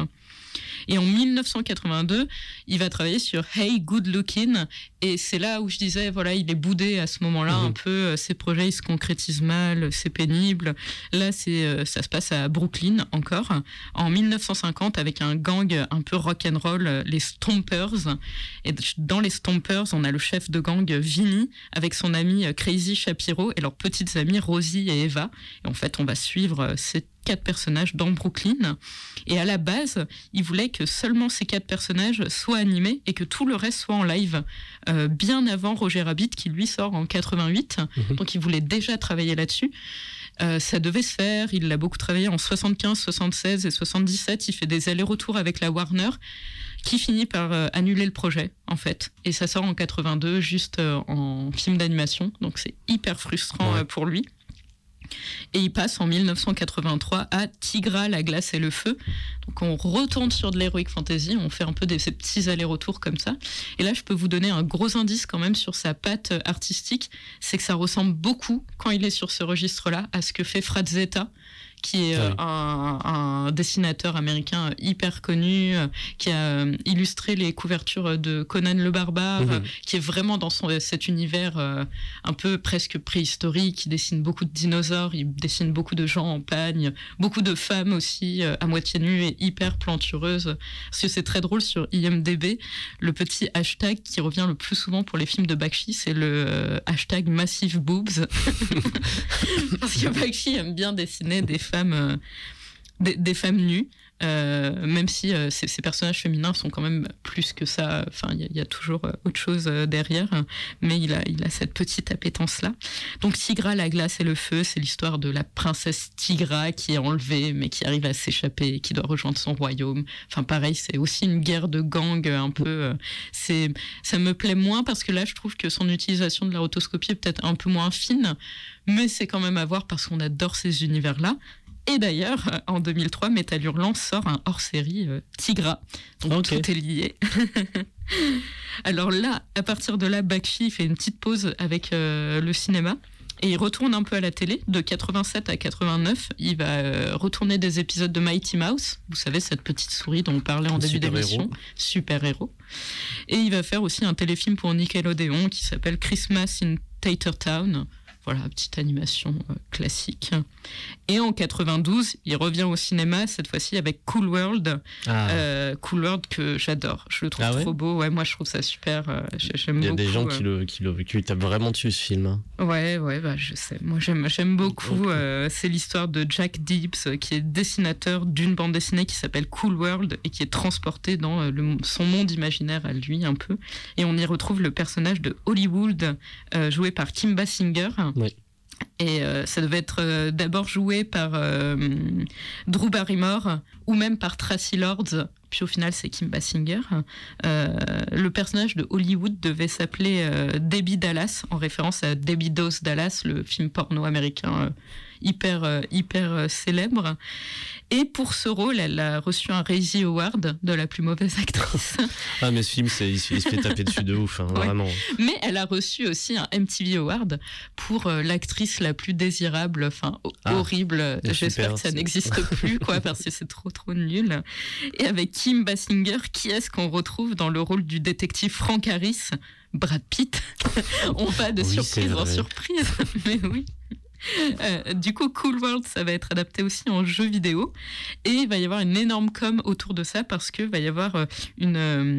Et en dix-neuf cent quatre-vingt-deux, il va travailler sur Hey Good Looking, et c'est là où je disais, voilà, il est boudé à ce moment-là, mmh. un peu, ses projets, ils se concrétisent mal, c'est pénible. Là, c'est, ça se passe à Brooklyn, encore, en dix-neuf cent cinquante, avec un gang un peu rock'n'roll, les Stompers. Et dans les Stompers, on a le chef de gang, Vinny, avec son ami Crazy Shapiro, et leurs petites amies, Rosie et Eva. Et en fait, on va suivre ces quatre personnages dans Brooklyn. Et à la base, il voulait que seulement ces quatre personnages soient animés et que tout le reste soit en live, euh, bien avant Roger Rabbit, qui lui sort en quatre-vingt-huit. Mmh. Donc il voulait déjà travailler là-dessus. Euh, ça devait se faire, il l'a beaucoup travaillé en soixante-quinze, soixante-seize et soixante-dix-sept. Il fait des allers-retours avec la Warner, qui finit par euh, annuler le projet, en fait. Et ça sort en quatre-vingt-deux, juste euh, en film d'animation. Donc c'est hyper frustrant ouais. euh, pour lui. Et il passe en dix-neuf cent quatre-vingt-trois à Tigra, la glace et le feu. Donc on retourne sur de l'heroic fantasy, on fait un peu des, ces petits allers-retours comme ça. Et là, je peux vous donner un gros indice quand même sur sa patte artistique, c'est que ça ressemble beaucoup, quand il est sur ce registre-là, à ce que fait Frazetta, qui est euh, un, un dessinateur américain hyper connu, euh, qui a euh, illustré les couvertures de Conan le Barbare, mmh. euh, qui est vraiment dans son, cet univers euh, un peu presque préhistorique. Il dessine beaucoup de dinosaures, il dessine beaucoup de gens en pagne, beaucoup de femmes aussi, euh, à moitié nues et hyper plantureuses. Parce que c'est très drôle, sur I M D B, le petit hashtag qui revient le plus souvent pour les films de Bakshi, c'est le euh, hashtag Massive Boobs. Parce que Bakshi aime bien dessiner des femmes, euh, des, des femmes nues, euh, même si euh, ces, ces personnages féminins sont quand même plus que ça. Enfin, il y, y a toujours euh, autre chose euh, derrière, mais il a, il a cette petite appétence-là. Donc, Tigra, la glace et le feu, c'est l'histoire de la princesse Tigra qui est enlevée, mais qui arrive à s'échapper, qui doit rejoindre son royaume. Enfin, pareil, c'est aussi une guerre de gang un peu. Euh, c'est, ça me plaît moins parce que là, je trouve que son utilisation de la rotoscopie est peut-être un peu moins fine, mais c'est quand même à voir parce qu'on adore ces univers-là. Et d'ailleurs, en deux mille trois, Métal Hurlant sort un hors-série euh, Tigra. Donc okay. Tout est lié. Alors là, à partir de là, Bakshi fait une petite pause avec euh, le cinéma et il retourne un peu à la télé. De quatre-vingt-sept à quatre-vingt-neuf, il va euh, retourner des épisodes de Mighty Mouse. Vous savez, cette petite souris dont on parlait en début super d'émission. Héros. Super héros. Et il va faire aussi un téléfilm pour Nickelodeon qui s'appelle Christmas in Tatertown. Voilà, petite animation euh, classique. Et en quatre-vingt-douze, il revient au cinéma, cette fois-ci avec Cool World. Ah. Euh, Cool World que j'adore. Je le trouve Ah ouais trop beau. Ouais, moi, je trouve ça super. Euh, j'aime Il y a beaucoup, des gens euh... qui, le, qui, le, qui lui tapent vraiment dessus, ce film. Hein. Ouais, ouais, bah, je sais. Moi, j'aime, j'aime beaucoup. Okay. Euh, c'est l'histoire de Jack Gibbs, qui est dessinateur d'une bande dessinée qui s'appelle Cool World et qui est transporté dans euh, le, son monde imaginaire à lui, un peu. Et on y retrouve le personnage de Hollywood, euh, joué par Kim Basinger. Oui. Et euh, ça devait être euh, d'abord joué par euh, Drew Barrymore ou même par Tracy Lords. Puis au final, c'est Kim Basinger. Euh, le personnage de Hollywood devait s'appeler euh, Debbie Dallas, en référence à Debbie Does Dallas, le film porno américain euh, hyper, euh, hyper euh, célèbre. Et pour ce rôle, elle a reçu un Razzie Award de la plus mauvaise actrice. Ah, mais ce film, c'est, il, se, il se fait taper dessus de ouf, hein, ouais. Vraiment. Mais elle a reçu aussi un M T V Award pour euh, l'actrice la plus désirable, enfin ah, horrible. J'espère super, que ça c'est... n'existe plus, quoi, parce que c'est trop, trop nul. Et avec Kim Basinger, qui est-ce qu'on retrouve dans le rôle du détective Frank Harris ? Brad Pitt. On va de oui, surprise en surprise, mais oui. Euh, du coup, Cool World, ça va être adapté aussi en jeu vidéo et il va y avoir une énorme com autour de ça parce que va y avoir une,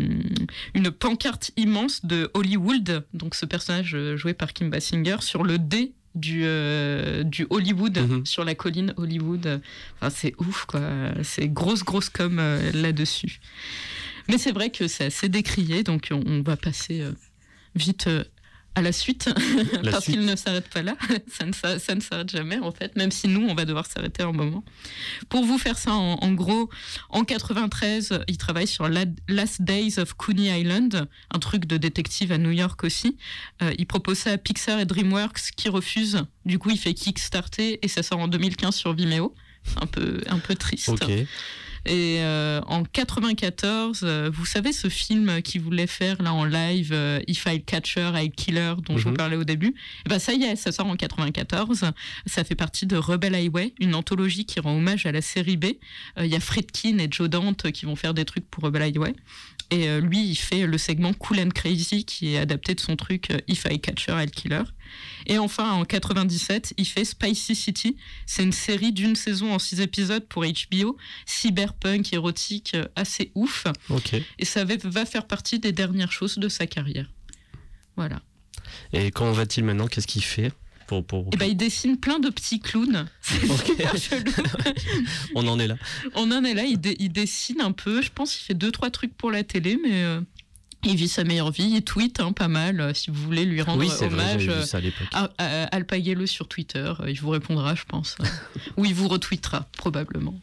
une pancarte immense de Hollywood, donc ce personnage joué par Kim Basinger, sur le dé du, euh, du Hollywood, mm-hmm. sur la colline Hollywood. Enfin, c'est ouf, quoi. C'est grosse, grosse com euh, là-dessus. Mais c'est vrai que c'est assez décrié, donc on, on va passer euh, vite... Euh, à la suite, la parce suite. Qu'il ne s'arrête pas là, ça ne, ça ne s'arrête jamais en fait, même si nous on va devoir s'arrêter un moment. Pour vous faire ça en, en gros, en quatre-vingt-treize, il travaille sur Last Days of Coney Island, un truc de détective à New York aussi. Euh, il propose ça à Pixar et DreamWorks qui refusent, du coup il fait Kickstarter et ça sort en deux mille quinze sur Vimeo. C'est un peu, un peu triste. Okay. Et euh, en quatre-vingt-quatorze, euh, vous savez ce film qu'il voulait faire là en live, euh, If I Catch Her, I Kill Her, dont mm-hmm. je vous parlais au début. Et ben ça y est, ça sort en quatre-vingt-quatorze. Ça fait partie de Rebel Highway, une anthologie qui rend hommage à la série B. Il euh, y a Friedkin et Joe Dante qui vont faire des trucs pour Rebel Highway. Et euh, lui, il fait le segment Cool and Crazy qui est adapté de son truc euh, If I Catch Her, I'll Kill Her. Et enfin, en quatre-vingt-dix-sept, il fait Spicy City. C'est une série d'une saison en six épisodes pour H B O, cyberpunk, érotique, assez ouf. Okay. Et ça va, va faire partie des dernières choses de sa carrière. Voilà. Et comment va-t-il maintenant ? Qu'est-ce qu'il fait ? Pour, pour... Eh ben, il dessine plein de petits clowns. C'est okay. super chelou. On en est là. On en est là. Il, dé- il dessine un peu. Je pense qu'il fait deux, trois trucs pour la télé, mais... Euh... Il vit sa meilleure vie, il tweet hein, pas mal, euh, si vous voulez lui rendre oui, c'est hommage. Vrai, vu ça à l'époque. Euh, euh, alpaguez-le sur Twitter, euh, il vous répondra, je pense. Ou il vous retweetera, probablement.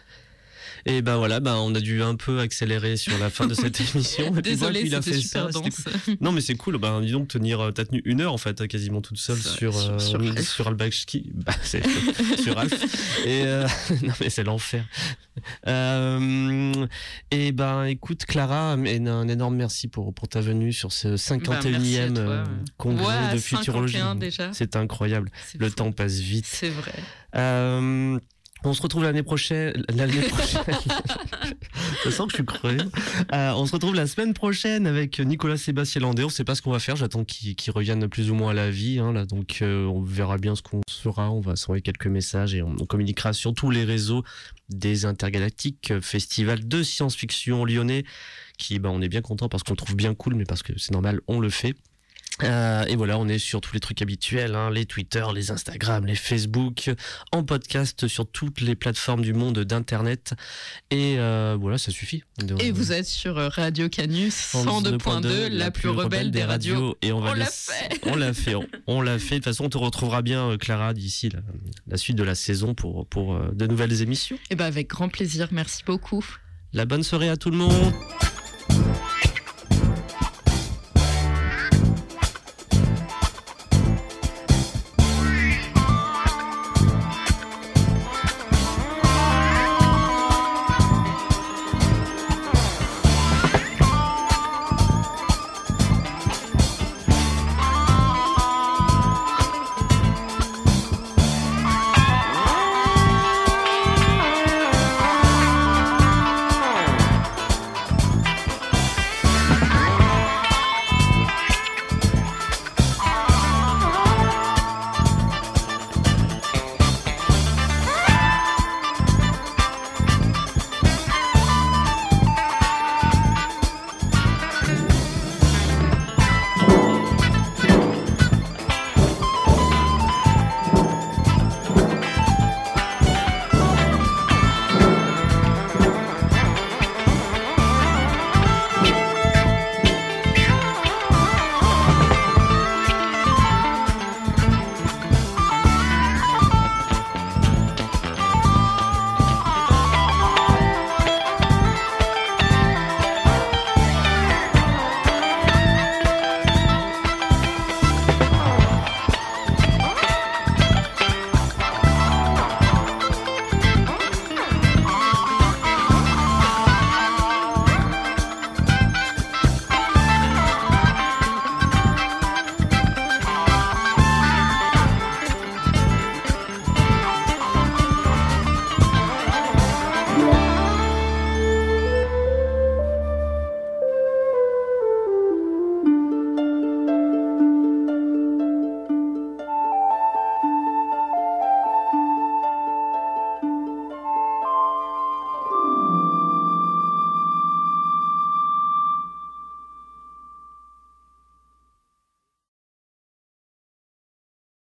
Et ben voilà, ben on a dû un peu accélérer sur la fin de cette émission. Désolé, puis, c'était il a fait super ça, dense. Cool. Non mais c'est cool, ben dis donc tenir, t'as tenu une heure en fait, quasiment toute seule ça, sur sur, sur, euh, sur Albachki, bah, c'est sur Alf. Et euh, non mais c'est l'enfer. Euh, et ben écoute Clara, un énorme merci pour pour ta venue sur ce cinquante et unième bah, congrès ouais, de futurologie. Déjà. C'est incroyable, c'est le fou. Temps passe vite. C'est vrai. Euh, On se retrouve l'année prochaine. L'année prochaine. Je sens que je suis crevé. Euh, on se retrouve la semaine prochaine avec Nicolas Sébastien Landé. On ne sait pas ce qu'on va faire. J'attends qu'il, qu'il revienne plus ou moins à la vie. Hein, là. Donc, euh, on verra bien ce qu'on sera. On va s'envoyer quelques messages et on, on communiquera sur tous les réseaux des Intergalactiques, festival de science-fiction lyonnais, qui, bah, on est bien content parce qu'on le trouve bien cool, mais parce que c'est normal, on le fait. Euh, et voilà, on est sur tous les trucs habituels, hein, les Twitter, les Instagram, les Facebook, en podcast sur toutes les plateformes du monde d'internet. Et euh, voilà, ça suffit. Et vous êtes sur Radio Canus cent deux point deux, la, la plus rebelle, rebelle des radios. radios. Et on, va on l'a laisser... fait. On l'a fait. On, on l'a fait. De toute façon, on te retrouvera bien, Clara, d'ici la, la suite de la saison pour pour euh, de nouvelles émissions. Et ben avec grand plaisir. Merci beaucoup. La bonne soirée à tout le monde.